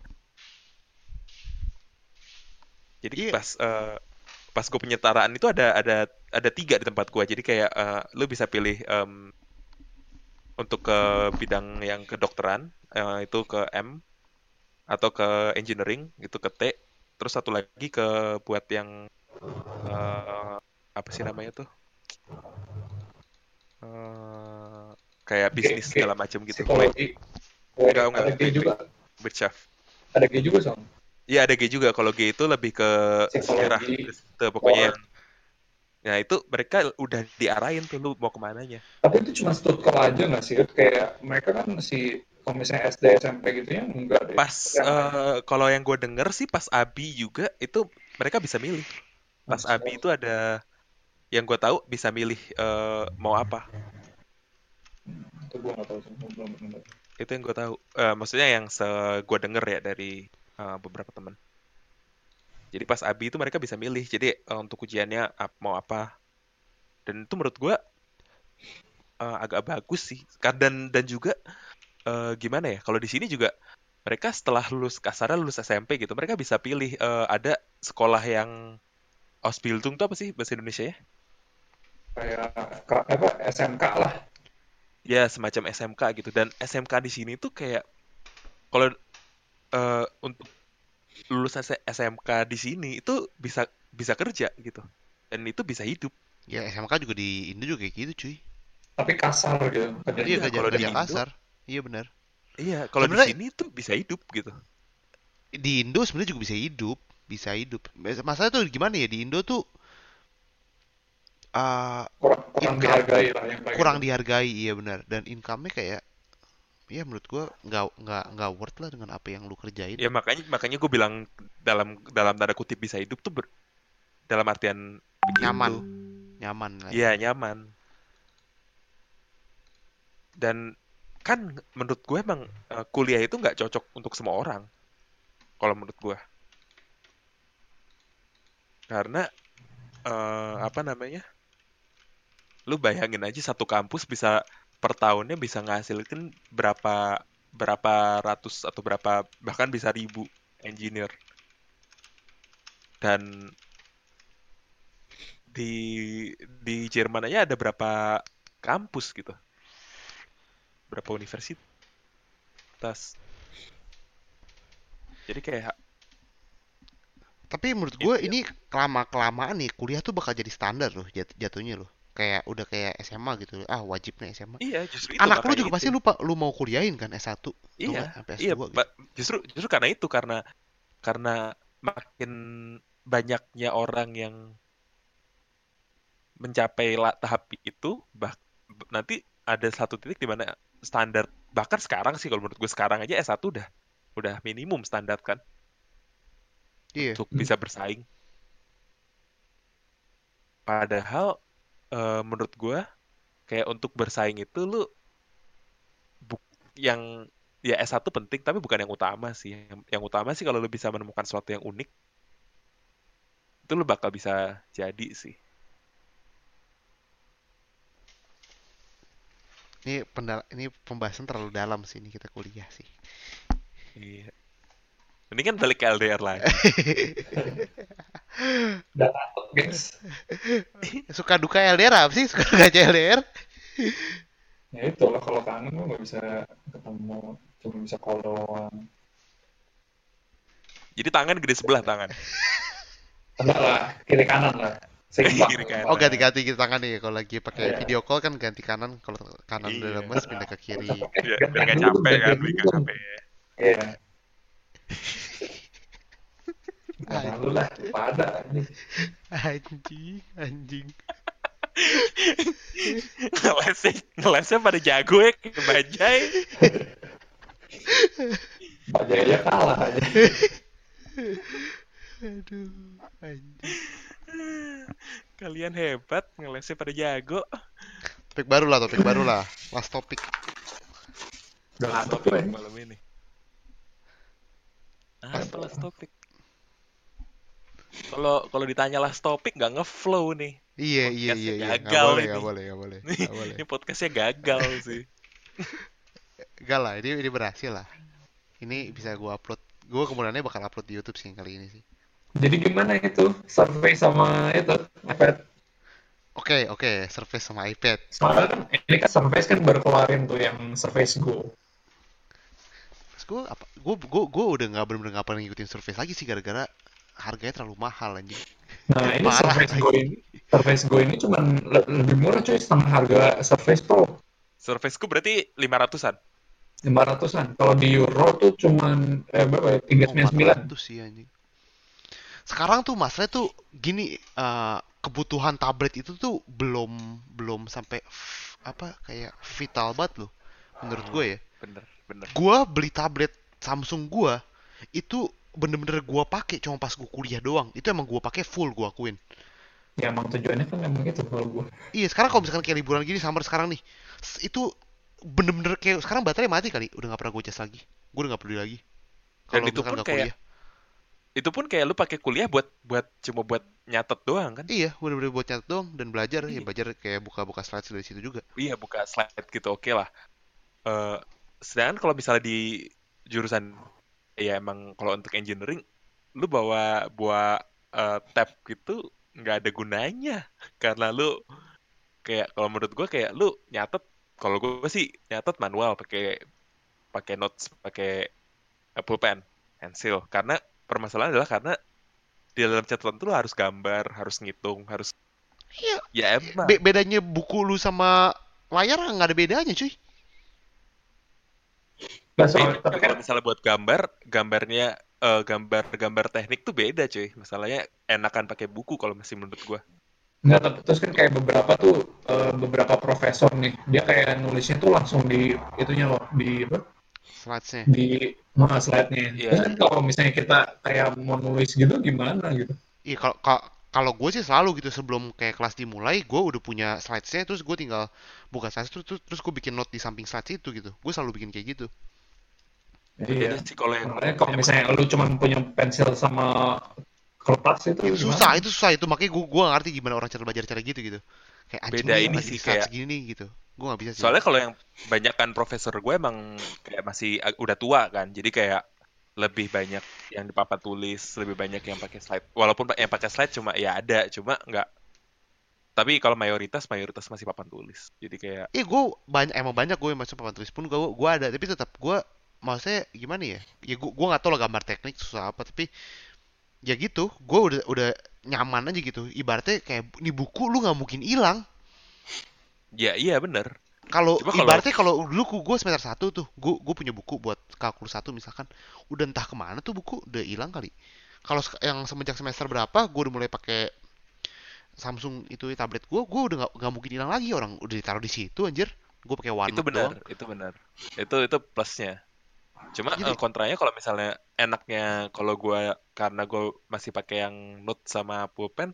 Jadi Iya, pas gue penyetaraan itu ada tiga di tempat gue. Jadi kayak lu bisa pilih untuk ke bidang yang kedokteran itu ke M, atau ke engineering itu ke T, terus satu lagi ke buat yang eh, apa sih namanya tuh, Eh, kayak bisnis Kayak segala macam gitu. Wait, psikologi. Oh, enggak, ada G wait, juga. Wirtschaft. Ada G juga soalnya. Iya ada G juga. Kalau G itu lebih ke sejarah, Psikologi, gitu, pokoknya sport. yang, ya itu mereka udah diarahin tuh lu mau kemananya. Tapi itu cuma stutkol aja nggak sih? Kayak mereka kan masih kalau misalnya SD SMP gitu ya enggak deh. Pas SMA ya. kalau yang gue denger sih pas Abi juga itu mereka bisa milih. Oh, Pas Abi sport. itu ada yang gue tahu bisa milih mau apa. Itu gue nggak tahu sih. Gua belum pernah. Itu yang gue tahu. Maksudnya yang gue denger ya dari beberapa teman. Jadi pas Abi itu mereka bisa milih. Jadi untuk ujiannya mau apa. Dan itu menurut gue agak bagus sih. Dan juga gimana ya? Kalau di sini juga mereka setelah lulus kasarnya lulus SMP gitu, mereka bisa pilih ada sekolah yang Ausbildung tuh apa sih bahasa Indonesia ya? Kayak apa SMK lah. Ya semacam SMK gitu. Dan SMK di sini tuh kayak kalau untuk lulus SMK di sini itu bisa bisa kerja gitu. Dan itu bisa hidup. ya SMK juga di Indo juga kayak gitu cuy. Tapi kasar gitu Iya kerjanya. Iya, kerja kalau di kerja Indo, kasar. Iya benar. iya, kalau di Sebenarnya sini tuh bisa hidup gitu. di Indo sebenarnya juga bisa hidup, bisa hidup. Masalah tuh gimana ya, di Indo tuh uh, Kurang income dihargai lah yang paling kurang itu. dihargai, iya benar. Dan income-nya kayak ya menurut gua nggak worth lah dengan apa yang lu kerjain. Ya makanya makanya gue bilang dalam dalam tanda kutip bisa hidup tuh dalam artian Nyaman, begitu. nyaman lah Iya, intinya. nyaman. Dan kan menurut gue emang kuliah itu nggak cocok untuk semua orang. Kalau menurut gue, karena apa namanya? Lu bayangin aja satu kampus bisa per tahunnya bisa ngasilkan berapa berapa ratus atau berapa bahkan bisa ribu engineer. Dan di di Jerman aja ada berapa kampus gitu, berapa universitas. Jadi kayak Tapi menurut gue itu ya. ini kelamaan nih kuliah tuh bakal jadi standar loh jatuhnya loh. Kayak udah kayak SMA gitu. Ah, wajib nih SMA. Iya, justru itu Anak lu makanya juga itu. pasti lupa lu mau kuliahin kan S1 atau Iya, enggak sampai iya, S2 gitu. Justru justru karena itu karena makin banyaknya orang yang mencapai tahap itu, nanti ada satu titik di mana standar, bahkan sekarang sih kalau menurut gue sekarang aja S1 udah minimum standar kan Iya. untuk bisa bersaing. Padahal menurut gue kayak untuk bersaing itu lu yang ya S1 penting tapi bukan yang utama sih. Yang utama sih kalau lu bisa menemukan sesuatu yang unik itu lu bakal bisa jadi sih. Ini pembahasan terlalu dalam sih ini kita kuliah sih. Iya. Mendingan balik ke LDR lagi. Udah takut guys. Suka duka LDR apa sih? Suka duka LDR? Ya itulah kalau kangen lu nggak bisa ketemu, cuma bisa call doang. Jadi tangan gede sebelah tangan. Enggak lah, kiri kanan lah. Seimbang. Kiri kanan. Oh, ganti-ganti gitu tangan nih. Kalau lagi pakai Iya. video call kan ganti kanan. Kalau kanan udah Iya. lemes pindah ke kiri. Biar nggak capek kan, biar nggak capek. Iya. Nah, lu lah, pada nih. Anjing. Ngelesnya pada jago ya, kayak Bajai. Pak Jaya kalah aja. Aduh, anjing. Kalian hebat, ngelesnya pada jago. Topik baru lah. Last topic. Udah ngantuk Topik gue. malam ini. Apa last topic? Kalau ditanya last topic nggak ngeflow nih. Iya. Podcastnya Nggak gagal boleh, ini. nggak boleh. Ini podcastnya gagal sih. Enggak lah, ini berhasil lah. Ini bisa gua upload. Gua kemudiannya bakal upload di YouTube sih kali ini sih. Jadi gimana itu? Survei sama itu, iPad. Oke, Surface sama iPad. Soalnya kan, ini kan Surface kan baru keluarin tuh yang Surface Go. Terus gue udah nggak bener-bener nggak pernah ngikutin Surface lagi sih gara-gara harganya terlalu mahal anjing. Nah, ini Parah, Surface Go ini cuman lebih murah cuy, setengah harga Surface Pro. Surfaceku berarti 500-an. 500-an. Kalau di Euro tuh cuman berapa ya? 399. 400 sih anjing. Sekarang tuh masalahnya tuh gini, kebutuhan tablet itu tuh belum sampai apa kayak vital banget loh menurut gue ya. Bener. Gue beli tablet Samsung gue itu bener-bener gue pakai cuma pas gue kuliah doang. Itu emang gue pakai full, gue akuin. Ya emang tujuannya kan emang gitu kalau gue. Iya, sekarang kalau misalkan kayak liburan gini summer sekarang nih, itu bener-bener kayak sekarang baterai mati kali, udah nggak pernah gue cas lagi. Gue udah nggak peduli lagi. Dan Kalau itu misalkan pun nggak kayak kuliah. Itu pun kayak lu pakai kuliah buat cuma buat nyatet doang kan? Iya, bener-bener buat nyatet doang dan belajar. Ya Iya. belajar kayak buka-buka slides dari situ juga. Iya, buka slide gitu, oke lah. Sedangkan kalau misalnya di jurusan ya emang kalau untuk engineering lu bawa tab gitu nggak ada gunanya karena lu kayak kalau menurut gua kayak lu nyatet, kalau gua sih nyatet manual pakai notes, pakai pulpen, pensil, karena permasalahan adalah karena di dalam catatan tuh lu harus gambar, harus ngitung, harus Iya. ya emang Bedanya buku lu sama layar nggak ada bedanya, cuy. Nah, soal, beda. tapi kan Kalau misalnya buat gambarnya gambar teknik tuh beda cuy. Masalahnya enakan pakai buku kalau masih menurut gua. nggak, terus kan kayak beberapa profesor nih, dia kayak nulisnya tuh langsung di itunya loh, di apa? Slides-nya. Di slide-nya. Iya. Terus kan kalau misalnya kita kayak mau nulis gitu gimana gitu? Iya, kalau gue sih selalu gitu sebelum kayak kelas dimulai, gue udah punya slides-nya, terus gue tinggal buka slides terus gue bikin note di samping slides itu gitu. Gue selalu bikin kayak gitu. Iya. Beda sih kalau yang Makanya kalau misalnya lu cuma punya pensil sama kertas itu Itu gimana? susah itu makanya gue ngerti gimana orang cara belajar cara gitu gitu. Kayak anjing Beda nih ini lagi sih, di slide kayak- segini nih gitu. Gue nggak bisa sih. soalnya kalau yang banyakan profesor gue emang kayak masih udah tua kan. Jadi kayak lebih banyak yang di papan tulis, lebih banyak yang pakai slide. Walaupun yang pakai slide cuma ya ada, cuma nggak. Tapi kalau mayoritas masih papan tulis. Jadi kayak gue emang banyak gue yang masuk papan tulis pun gue ada, tapi tetap gue maksudnya gimana ya? Ya gue nggak tahu lah gambar teknik susah apa, tapi ya gitu, gue udah nyaman aja gitu. Ibaratnya kayak ini buku lu nggak mungkin hilang. ya iya bener. Kalau Coba kalau- ibaratnya kalau dulu gue semester 1 tuh, gue punya buku buat kalkulus 1 misalkan, udah entah kemana tuh buku, udah hilang kali. Kalau yang semenjak semester berapa, gue udah mulai pakai Samsung itu tablet gue udah nggak mungkin hilang lagi, orang udah ditaruh di situ anjir. Gue pakai Itu OneNote benar, doang. itu benar. Itu plusnya. Cuma Jadi- kontranya kalau misalnya enaknya kalau gue karena gue masih pakai yang note sama pulpen,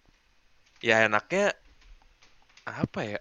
ya enaknya apa ya?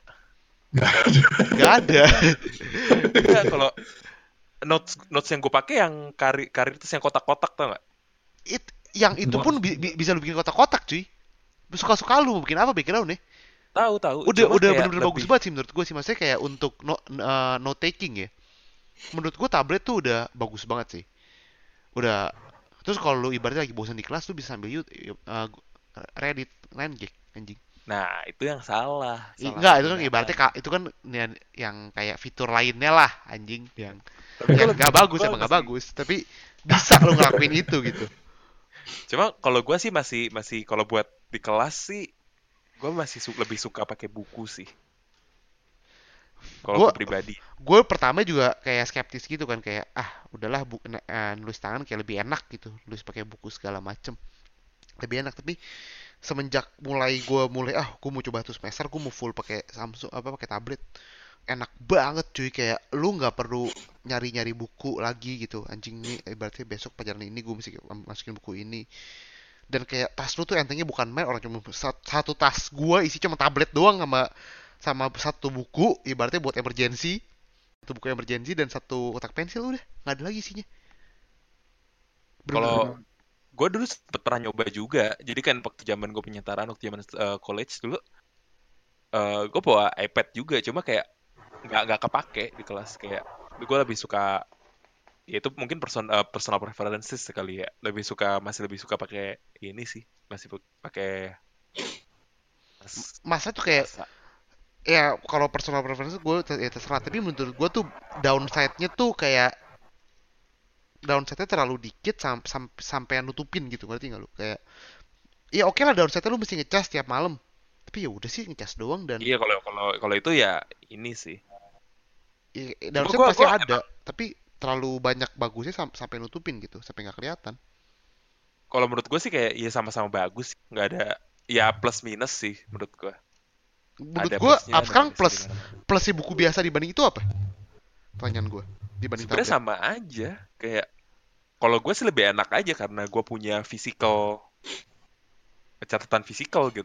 Nggak ada. Enggak, kalau notes yang gue pakai yang karir terus yang kotak-kotak tau nggak? Yang itu pun bisa lu bikin kotak-kotak cuy. Suka-suka lu mau bikin apa background nih? Tahu. Udah Cuma kayak bener-bener bagus lebih- banget sih menurut gue sih, maksudnya kayak untuk note taking ya. Menurut gue tablet tuh udah bagus banget sih. Udah Terus kalau lu ibaratnya lagi bosan di kelas, lu bisa sambil Reddit, line gag, anjing. Nah, itu yang salah, salah Enggak, itu kan penggunaan. ibaratnya itu kan yang kayak fitur lainnya lah, anjing. Tapi Yang kalau nggak bagus Gua emang nggak masih, bagus, tapi bisa lu ngelakuin itu gitu. cuma kalau gue sih masih masih kalau buat di kelas sih, gue masih lebih suka pakai buku sih. Kalau Gue gue pribadi. gue pertama juga kayak skeptis gitu kan, kayak udahlah nulis tangan kayak lebih enak gitu, nulis pakai buku segala macem lebih enak. Tapi semenjak gue mau coba tuh semester, gue mau full pakai Samsung apa pakai tablet, enak banget cuy. Kayak lu nggak perlu nyari-nyari buku lagi gitu, anjing. Nih ibaratnya besok pelajaran ini gue mesti masukin buku ini. Dan kayak tas lu tuh entengnya bukan main, orang cuma satu tas gua isi cuma tablet doang sama sama satu buku ibaratnya buat emergency, satu buku emergency dan satu kotak pensil, udah nggak ada lagi isinya, bener-bener. Kalau gue dulu sempet pernah nyoba juga, jadi kan waktu zaman gue penyetaraan, waktu zaman college dulu, gue bawa iPad juga, cuma kayak nggak kepake di kelas. Kayak gue lebih suka, ya itu mungkin personal preferences sekali ya, masih lebih suka pakai ini sih, masih pakai tas Masa tuh kayak biasa. ya kalau personal preference gue ya terserah, tapi menurut gue tuh downside-nya tuh kayak downside-nya terlalu dikit sampai nutupin gitu, ngerti nggak lu? Kayak ya oke lah, downside-nya lu mesti ngecas tiap malam, tapi ya udah sih ngecas doang. Dan Iya, kalau kalau kalau itu ya ini sih. Cuma downside gue pasti gua ada, emang, tapi terlalu banyak bagusnya sampai nutupin gitu, sampai nggak kelihatan. kalau menurut gue sih kayak ya sama-sama bagus, nggak ada, ya plus minus sih menurut gue. Menurut Ada gue plusnya, ada sekarang minusnya di mana. plus si buku biasa dibanding itu apa? Pertanyaan gue, dibanding Sebenarnya tablet. sama aja. Kayak kalau gue sih lebih enak aja karena gue punya catatan physical gitu.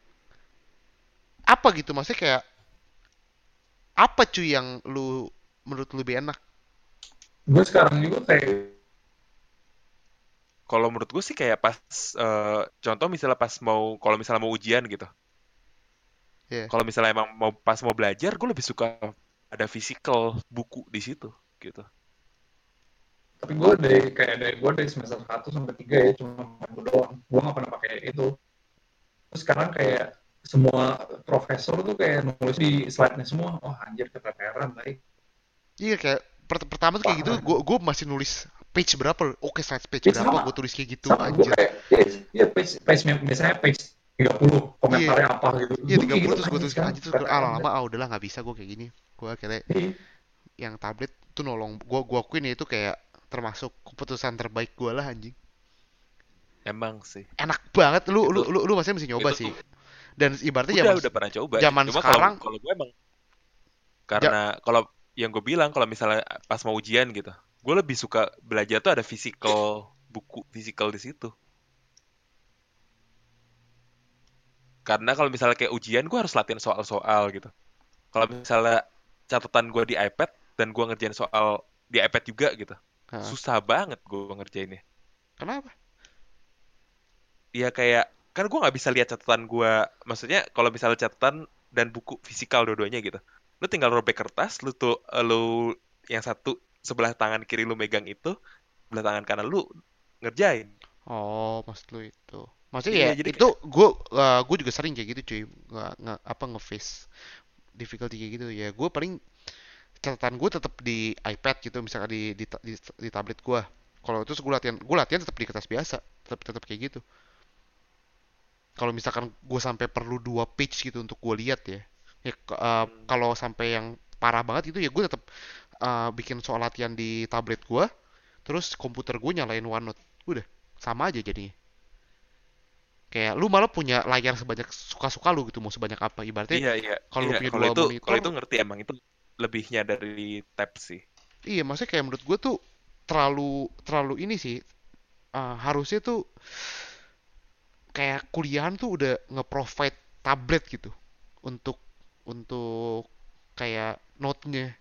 Apa gitu maksudnya, kayak apa cuy yang menurut lu lebih enak? gue sekarang juga kayak Kalau menurut gue sih kayak pas contoh misalnya kalau misalnya mau ujian gitu. Ya, yeah. Kalau misalnya emang mau belajar, gue lebih suka ada physical buku di situ gitu. tapi gue dari semester 1 sampai 3 ya cuma main itu doang, gue nggak pernah pakai itu. Terus sekarang kayak semua profesor tuh kayak nulis di slide-nya semua, oh anjir keteteran baik Iya, kayak pertama tuh kayak gitu, parah. gue masih nulis page berapa, oke slide page Ya berapa, sama gue tulis kayak gitu, sama gue anjir. kayak ya page misalnya page 30 Iya, komentarnya apa gitu, iya gue tiga kayak puluh gitu terus gue anjir tulis sekarang anjir, terus keteteran lama deh. udahlah nggak bisa gue kayak gini. Gue kayak Iya. yang tablet tuh nolong gue akuin ya, itu kayak termasuk keputusan terbaik gue lah, anjing. Emang sih. Enak banget, lu Itu lu lu, lu masih mesti nyoba itu sih. Dan ibaratnya udah pernah coba. zaman Cuma kalau sekarang, kalau gue emang ja- karena kalau yang gue bilang kalau misalnya pas mau ujian gitu, gue lebih suka belajar tuh ada buku physical di situ. Karena kalau misalnya kayak ujian, gue harus latihan soal-soal gitu. Kalau misalnya catatan gue di iPad dan gue ngerjain soal di iPad juga gitu, Hah, susah banget gue ngerjainnya. kenapa? Ya kayak kan gue nggak bisa lihat catatan gue. Maksudnya kalau misalnya catatan dan buku fisikal dua-duanya gitu, lu tinggal robek kertas, lu yang satu sebelah tangan kiri lu megang itu, sebelah tangan kanan lu ngerjain. Oh, maksud lu itu. Maksudnya Iya, ya jadi itu kayak gue juga sering kayak gitu cuy, apa nge-face difficulty kayak gitu ya. Gue paling catatan gue tetap di iPad gitu, misalkan di tablet gue. Kalau itu gue latihan tetap di kertas biasa, tetap tetap kayak gitu. Kalau misalkan gue sampai perlu 2 page gitu untuk gue lihat ya, hmm, kalau sampai yang parah banget itu ya gue tetap bikin soal latihan di tablet gue, terus komputer gue nyalain OneNote, udah sama aja jadinya. Kayak lu malah punya layar sebanyak suka-suka lu gitu, mau sebanyak apa ibaratnya. iya iya Kalau lu iya. punya Kalau dua itu kalau monitor, itu ngerti, emang itu lebihnya dari tab sih. iya maksudnya kayak menurut gue tuh terlalu terlalu ini sih. Harusnya tuh kayak kuliahan tuh udah nge-provide tablet gitu untuk untuk kayak note-nya.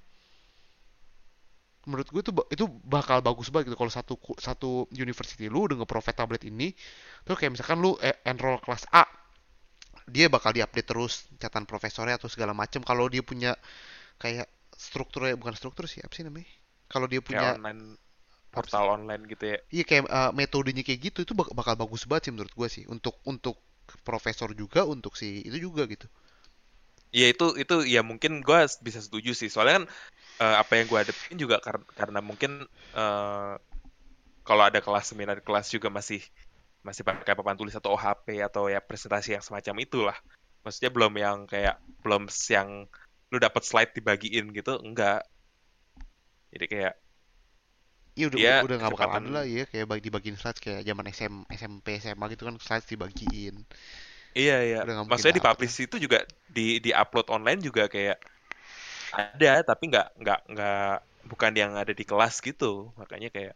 Menurut gue tuh itu bakal bagus banget gitu kalau satu university lu udah nge-provide tablet ini. Terus kayak misalkan lu enroll kelas A, dia bakal diupdate terus catatan profesornya atau segala macem. Kalau dia punya kayak strukturnya, bukan struktur sih, apa sih namanya, kalau dia Kayak punya online. apa sih? portal online gitu ya. Iya kayak metodenya kayak gitu itu bakal bagus banget sih menurut gue sih untuk profesor juga untuk si itu juga gitu. Ya itu ya mungkin gue bisa setuju sih. Soalnya kan apa yang gue hadapin juga karena mungkin eh, kalau ada kelas seminar kelas juga masih masih pakai papan tulis atau OHP atau ya presentasi yang semacam itulah. Maksudnya belum yang kayak belum yang lu dapat slide dibagiin gitu, enggak. Jadi kayak Iya dia udah nggak bakal ada lah kecepatan. ya kayak dibagiin slides kayak zaman SMP SMA gitu kan slides dibagiin. Iya, iya. Udah nggak mungkin Maksudnya di dapet lah. publish itu juga di upload online juga kayak ada, tapi nggak bukan yang ada di kelas gitu. Makanya kayak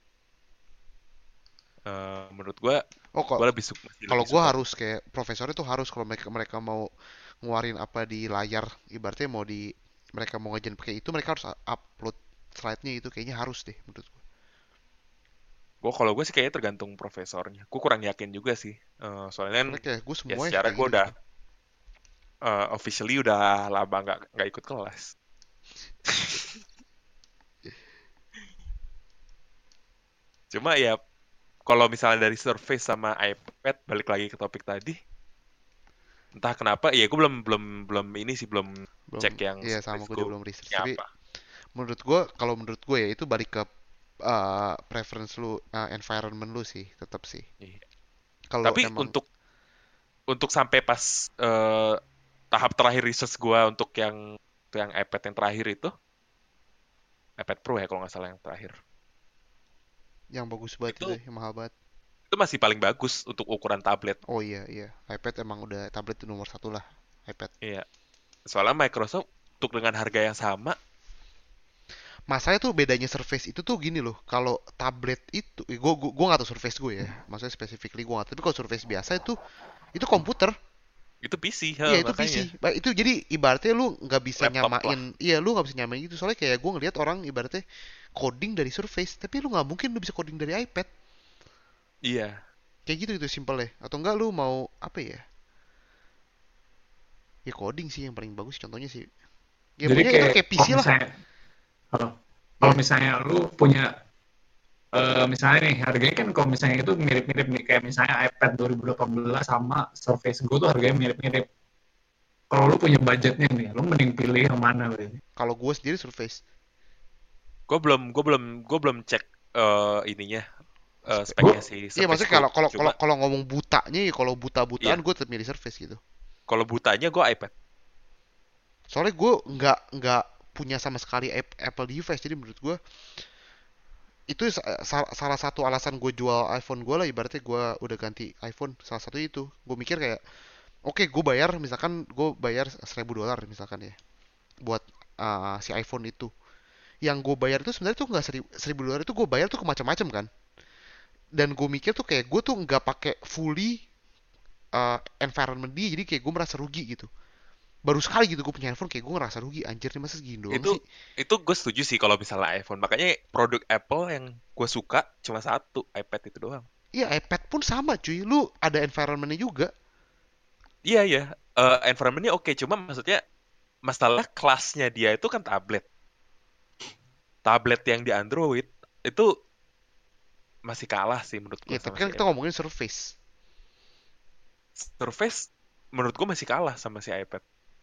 menurut Oh kok gua lebih suka masih kalau lebih gue suka. harus kayak profesor itu harus kalau mereka mereka mau ngeluarin apa di layar ibaratnya mau di mereka mau ngajarin pakai itu mereka harus upload slide-nya itu kayaknya harus deh menurut gue. Kalau gue sih kayaknya tergantung profesornya. Gue kurang yakin juga sih. Soalnya kan Soalnya kayak gue ya semuanya secara kayak gue gitu udah gitu. officially udah lama nggak ikut kelas. Cuma ya kalau misalnya dari Surface sama iPad balik lagi ke topik tadi, entah kenapa ya gue belum belum belum ini sih belum Belum, cek yang iya sama Surface gue Go juga belum research nya tapi apa. menurut gue kalau menurut gue ya itu balik ke preference lu environment lu sih tetap sih Iya. kalau Tapi emang untuk sampai pas tahap terakhir research gue untuk yang iPad yang terakhir itu, iPad Pro ya kalau nggak salah yang terakhir. yang bagus banget itu Itu yang mahal banget. itu masih paling bagus untuk ukuran tablet. Oh iya iya iPad emang udah tablet itu nomor satu lah iPad. Iya. Soalnya Microsoft untuk dengan harga yang sama, Masalahnya tuh bedanya Surface itu tuh gini loh. Kalau tablet itu, gue nggak tahu Surface gue ya. Maksudnya specifically gue nggak tahu. Tapi kalau Surface biasa itu komputer. itu PC, Iya itu PC. makanya Itu jadi ibaratnya lu nggak bisa laptop nyamain. lah. Iya lu nggak bisa nyamain gitu. Soalnya kayak gue ngeliat orang ibaratnya coding dari Surface. Tapi lu nggak mungkin lu bisa coding dari iPad. Iya. Kayak gitu itu simple ya. Atau enggak lu mau apa ya? Ya coding sih yang paling bagus contohnya sih. Ya Jadi pokoknya itu kayak kayak PC lah. kalau kalau Ya. misalnya lu punya misalnya nih harganya kan kalau misalnya itu mirip-mirip nih kayak misalnya iPad 2018 sama Surface Go tuh harganya mirip-mirip. Kalau lu punya budgetnya nih, lu mending pilih yang mana berarti? Kalau gue sendiri Surface. Gue belum cek ininya Gue speknya si Iya Surface maksudnya Go. kalau kalau Cuma kalau kalau ngomong butanya ya kalau buta-butaan iya, gue tetap milih Surface gitu. kalau butanya gue iPad. Soalnya gue nggak punya sama sekali Apple device jadi menurut gue itu salah satu alasan gue jual iPhone gue lah ibaratnya gue udah ganti iPhone salah satu itu gue mikir kayak oke gue bayar misalkan gue bayar $1.000 misalkan ya buat si iPhone itu yang gue bayar itu sebenarnya tuh nggak $1.000 itu gue bayar tuh ke macam-macam kan dan gue mikir tuh kayak gue tuh nggak pakai fully environment dia jadi kayak gue merasa rugi gitu baru sekali gitu gue punya handphone kayak gue ngerasa rugi anjir nih masa segini doang Itu sih. itu gue setuju sih kalau misalnya iPhone. Makanya produk Apple yang gue suka cuma satu, iPad itu doang. Iya iPad pun sama cuy lu ada environmentnya juga. Iya, iya. Environment-nya oke, cuma maksudnya masalah kelasnya dia itu kan tablet. Tablet yang di Android itu masih kalah sih menurut Ya gue tapi sama kan si kita iPad. ngomongin Surface. Surface menurut gue masih kalah sama si iPad.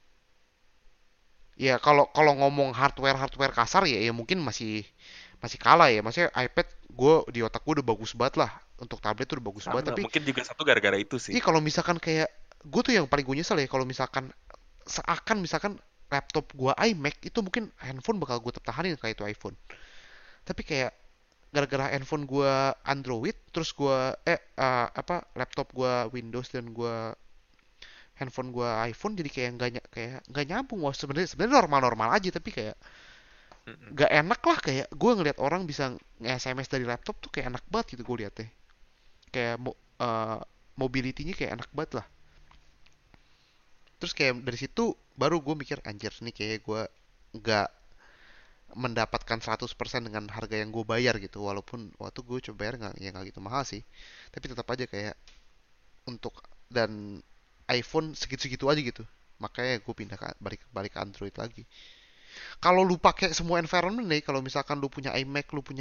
Ya kalau kalau ngomong hardware kasar ya ya mungkin masih masih kalah ya maksudnya iPad gue di otak gue udah bagus banget lah untuk tablet tuh udah bagus banget Sama, tapi mungkin juga satu gara-gara itu sih. iya kalau misalkan kayak gue tuh yang paling gue nyesel ya kalau misalkan seakan misalkan laptop gue iMac itu mungkin handphone bakal gue pertahanin kayak itu iPhone tapi kayak gara-gara handphone gue Android terus gue apa laptop gue Windows dan gue handphone gue iPhone jadi kayak kayak nggak nyambung wah sebenarnya sebenarnya normal-normal aja tapi kayak Mm-mm. nggak enak lah kayak gue ngeliat orang bisa nge-SMS dari laptop tuh kayak enak banget gitu gue liatnya kayak mobility-nya kayak enak banget lah terus kayak dari situ baru gue mikir anjir nih kayak gue nggak mendapatkan 100% dengan harga yang gue bayar gitu walaupun waktu gue coba bayar nggak ya nggak gitu mahal sih tapi tetap aja kayak untuk dan iPhone segitu-segitu aja gitu makanya gue pindah ke balik balik ke Android lagi kalau lu pakai semua environment nih kalau misalkan lu punya iMac lu punya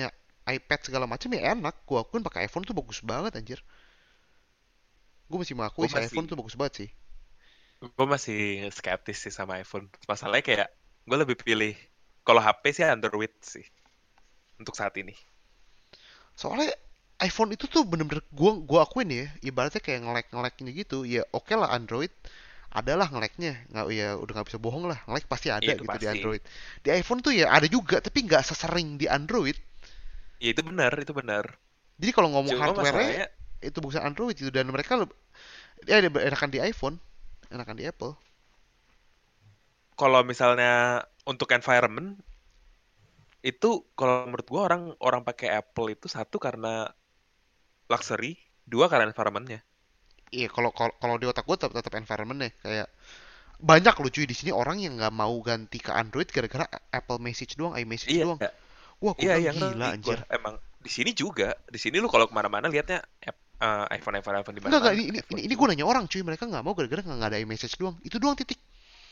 iPad segala macam ya enak. Gua akuin pakai iPhone tuh bagus banget anjir. Gue masih mengakui Gue si iPhone masih tuh bagus banget sih. gue masih skeptis sih sama iPhone. Masalahnya kayak gue lebih pilih kalau HP sih Android sih untuk saat ini. Soalnya iPhone itu tuh bener-bener gua akuin ya, ibaratnya kayak nge-lag-nge-lagnya gitu. Ya oke lah Android adalah nge-lagnya, nggak ya udah nggak bisa bohong lah, nge-lag pasti ada Iya itu gitu di pasti. Android. Di iPhone tuh ya ada juga, tapi nggak sesering di Android. Iya itu benar, itu benar. Jadi kalau ngomong Cuma hardware-nya masalahnya itu bukan Android itu, dan mereka enakan di iPhone, enakan di Apple. kalau misalnya untuk environment itu kalau menurut gua orang orang pakai Apple itu satu karena luxury, dua karena environmentnya. Iya, kalau di otak gue tetap environment-nya kayak banyak loh cuy di sini orang yang nggak mau ganti ke Android gara-gara Apple Message doang, iMessage Iya, doang. Wah, gue iya bilang yang gila ngerti gua anjir. emang di sini juga. Di sini lu kalau kemana-mana liatnya iPhone di Enggak, mana-mana ini ini, iPhone ini gue semua. nanya orang cuy, mereka nggak mau gara-gara nggak ada iMessage doang. Itu doang titik.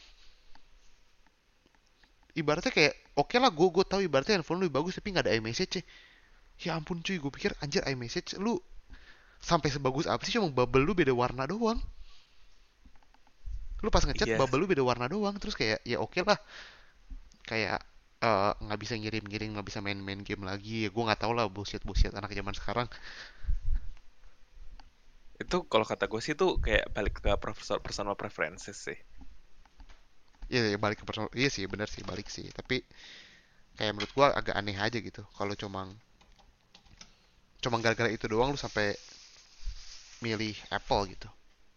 Ibaratnya kayak oke lah, gue tahu ibaratnya handphone lu bagus tapi nggak ada iMessage ya. Ya ampun cuy, gue pikir anjir iMessage lu sampai sebagus apa sih, cuma bubble lu beda warna doang. Lu pas ngechat Iya, bubble lu beda warna doang, terus kayak ya oke lah, kayak nggak bisa ngirim-ngirim, nggak bisa main-main game lagi. Ya gue nggak tahu lah, bullshit anak zaman sekarang. itu kalau kata gue sih tuh kayak balik ke personal preferences sih. Iya ya, balik ke personal, iya sih benar sih, balik sih, tapi kayak menurut gua agak aneh aja gitu kalau cuma cuma gara-gara itu doang lu sampai milih Apple gitu.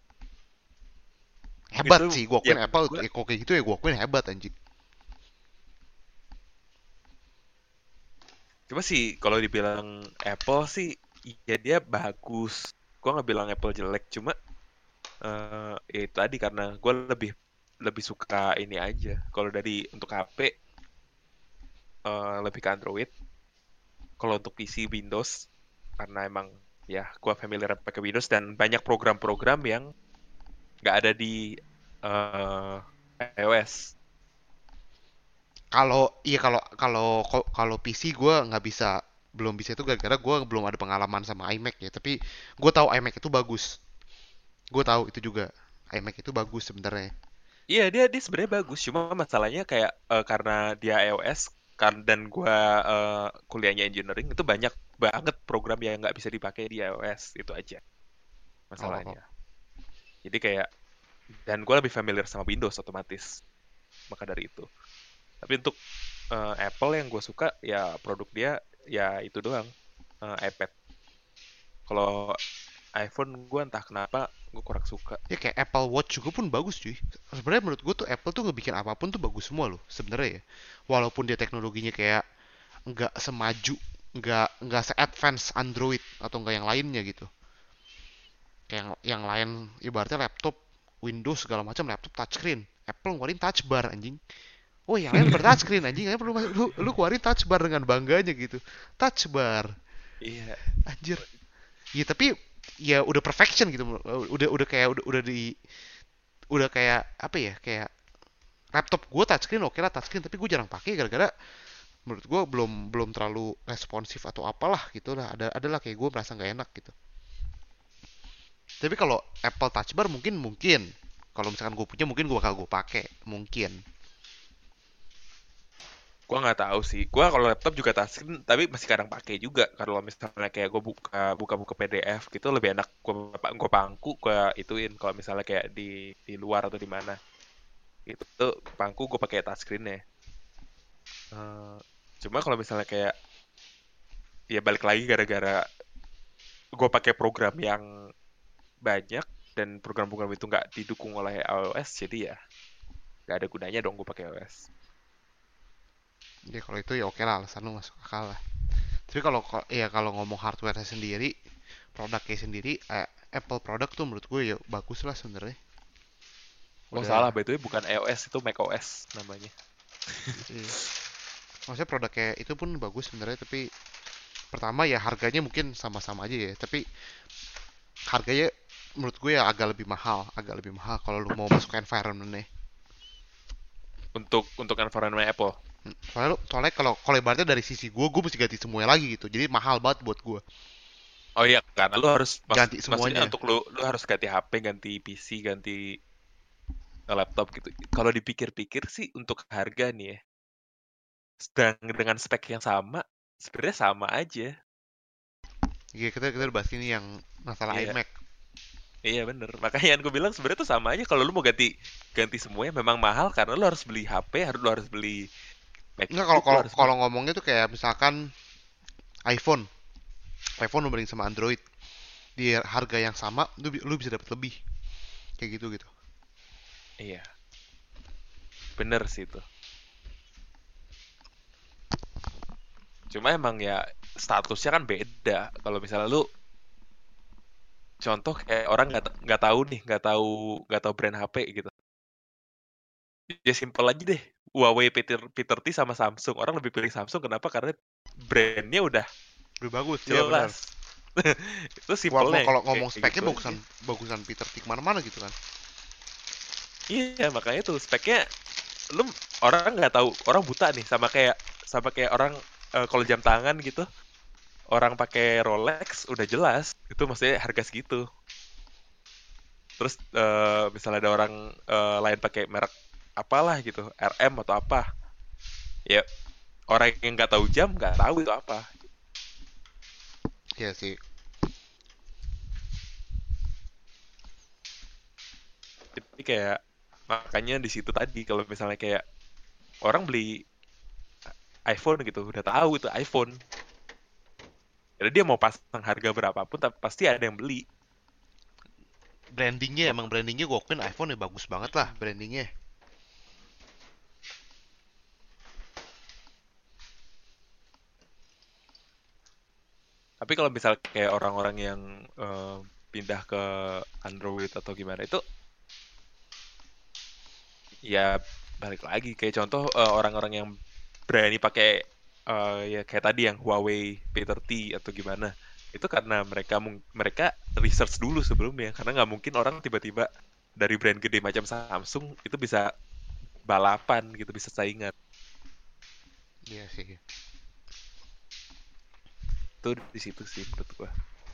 Hebat Itu sih, gua ya akuin menurut Apple, gue. kok kayak gitu ya gua akuin hebat anjing. Cuma sih kalau dibilang Apple sih, ya dia bagus. Gua nggak bilang Apple jelek, cuma ya itu tadi karena gue lebih lebih suka ini aja. Kalau dari untuk HP lebih ke Android. Kalau untuk PC Windows karena emang ya gue familiar pakai Windows dan banyak program-program yang nggak ada di eh, iOS. Kalau iya kalau PC gua nggak bisa, belum bisa itu gara-gara gua belum ada pengalaman sama iMac ya, tapi gua tahu iMac itu bagus. Gua tahu itu juga iMac itu bagus sebenarnya. Iya dia sebenarnya bagus, cuma masalahnya kayak karena dia iOS kan dan gua kuliahnya engineering itu banyak banget program yang nggak bisa dipakai di iOS itu aja Oh, masalahnya. Jadi kayak dan gua lebih familiar sama Windows otomatis maka dari itu. Tapi untuk Apple yang gue suka ya produk dia ya itu doang iPad. Kalau iPhone gue entah kenapa gue kurang suka. ya kayak Apple Watch juga pun bagus cuy. Sebenarnya menurut gue tuh Apple tuh ngebikin apapun tuh bagus semua loh sebenarnya ya. Walaupun dia teknologinya kayak nggak semaju, nggak se-advance Android atau nggak yang lainnya gitu. Kayak yang lain ibaratnya laptop Windows segala macam, laptop touchscreen. Apple ngeluarin touch bar anjing. Oh, yang lain bertouchscreen anjing, yang lain perlu lu keluarin touch bar dengan bangganya gitu. Touch bar. Iya, Anjir. Ya tapi ya udah perfection gitu. Udah kayak udah di udah kayak apa ya? Kayak laptop gue touchscreen oke lah touchscreen, tapi gue jarang pakai gara-gara menurut gue belum belum terlalu responsif atau apalah gitu lah, adalah kayak gue merasa nggak enak gitu. Tapi kalau Apple Touch Bar mungkin kalau misalkan gue punya mungkin gue bakal gue pakai mungkin. gue nggak tahu sih. Gue kalau laptop juga touchscreen, tapi masih kadang pakai juga. Kalau misalnya kayak gue buka PDF gitu lebih enak gue pangku gue ituin. Kalau misalnya kayak di luar atau di mana itu tuh pangku gue pakai touchscreennya. Eh, Cuma kalau misalnya kayak ya balik lagi gara-gara gue pakai program yang banyak dan program-program itu nggak didukung oleh iOS jadi ya nggak ada gunanya dong gue pakai iOS. Ya kalau itu ya oke lah, alasan lu masuk akal lah. Tapi kalau ngomong hardware sendiri, produknya sendiri, Apple produk tuh menurut gue ya bagus lah sebenarnya. Oh Udah, salah, by the way bukan iOS itu macOS namanya. iya. Maksudnya produknya itu pun bagus sebenarnya, tapi pertama ya harganya mungkin sama-sama aja ya, tapi harganya menurut gue ya agak lebih mahal kalau lu mau masuk ke environment nih. Untuk environment Apple. Soalnya kalau ibaratnya dari sisi gue mesti ganti semuanya lagi gitu. Jadi mahal banget buat gue Oh iya, karena lu harus ganti maksudnya semuanya. untuk lu harus ganti HP, ganti PC, ganti laptop gitu. Kalau dipikir-pikir sih untuk harga nih ya, sedang dengan spek yang sama, sebenarnya sama aja. Iya, kita udah bahas ini yang masalah Iya, iMac. iya bener. Makanya yang gue bilang sebenarnya tuh sama aja. Kalau lu mau ganti ganti semuanya memang mahal karena lu harus beli HP, lu harus beli Enggak, kalau MacBook, lu kalau harus kalau beli. ngomongnya tuh kayak misalkan iPhone. iPhone lu banding sama Android di harga yang sama, lu bisa dapat lebih. Kayak gitu gitu. Iya, bener sih itu. Cuma emang ya statusnya kan beda. Kalau misalnya lu contoh kayak orang nggak tahu nih, nggak tahu brand HP gitu. Ya simpel aja deh. Huawei P30 sama Samsung. Orang lebih pilih Samsung kenapa? Karena brandnya udah Lebih bagus, iya benar. jelas. Itu Walaupun simpelnya kalau kayak ngomong kayak speknya gitu bagusan aja. bagusan Peter Tik mana-mana gitu kan. Iya, makanya tuh speknya lu orang nggak tahu, orang buta nih sama kayak orang kalau jam tangan gitu, orang pakai Rolex udah jelas itu maksudnya harga segitu. Terus misalnya ada orang lain pakai merek apalah gitu, RM atau apa, ya orang yang nggak tahu jam nggak tahu itu apa. Iya sih. Jadi kayak makanya di situ tadi kalau misalnya kayak orang beli iPhone gitu udah tahu itu iPhone. Jadi dia mau pasang harga berapapun tapi pasti ada yang beli. Emang brandingnya gue akuin iPhone ya bagus banget lah brandingnya. Tapi kalau misal kayak orang-orang yang pindah ke Android atau gimana itu ya balik lagi kayak contoh orang-orang yang berani pakai ya kayak tadi yang Huawei P30 atau gimana itu karena mereka research dulu sebelumnya karena nggak mungkin orang tiba-tiba dari brand gede macam Samsung itu bisa balapan gitu bisa saingan Iya sih. itu di situ sih menurut gua.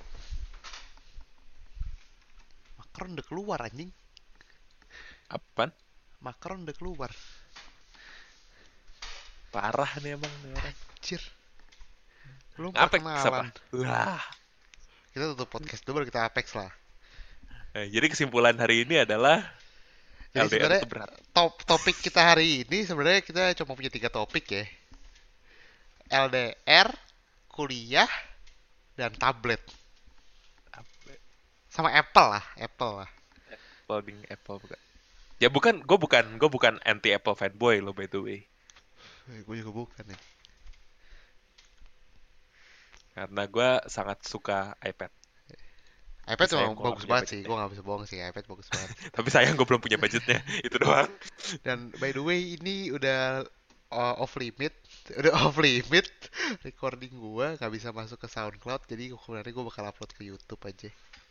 Macron udah keluar anjing. Apaan? Macron udah keluar. Parah nih emang nih orang. Anjir. Belum Apex apa? perkenalan. Wah. Kita tutup podcast dulu baru kita Apex lah. Jadi kesimpulan hari ini adalah Jadi LDR sebenarnya itu berat. topik kita hari ini sebenarnya kita cuma punya 3 topik ya. LDR, kuliah, dan tablet. Sama Apple lah, Apple lah. Loading Apple bukan. Ya gue bukan anti Apple fanboy lo by the way. Gue juga bukan ya. Karena gue sangat suka iPad. Tapi iPad sayang memang gue gak bagus punya banget sih, budgetnya. gue gak bisa bohong sih, iPad bagus banget. Tapi sayang gue belum punya budgetnya. Itu doang. Dan by the way ini udah off limit, udah off limit recording gue nggak bisa masuk ke SoundCloud, jadi sebenarnya gue bakal upload ke YouTube aja.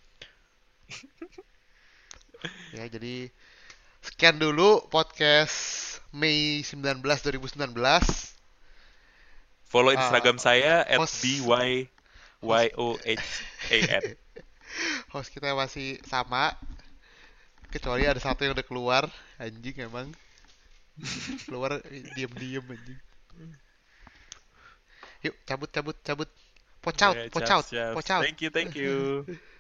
Ya jadi sekian dulu podcast Mei 19 2019. Follow Uh, Instagram saya host host @byyohan. host kita masih sama, kecuali ada satu yang udah keluar. Anjing emang keluar diem-diem anjing. Yuk cabut cabut cabut. Poch out, Yeah, poch chaps, out, chaps. poch out. Thank you, thank you.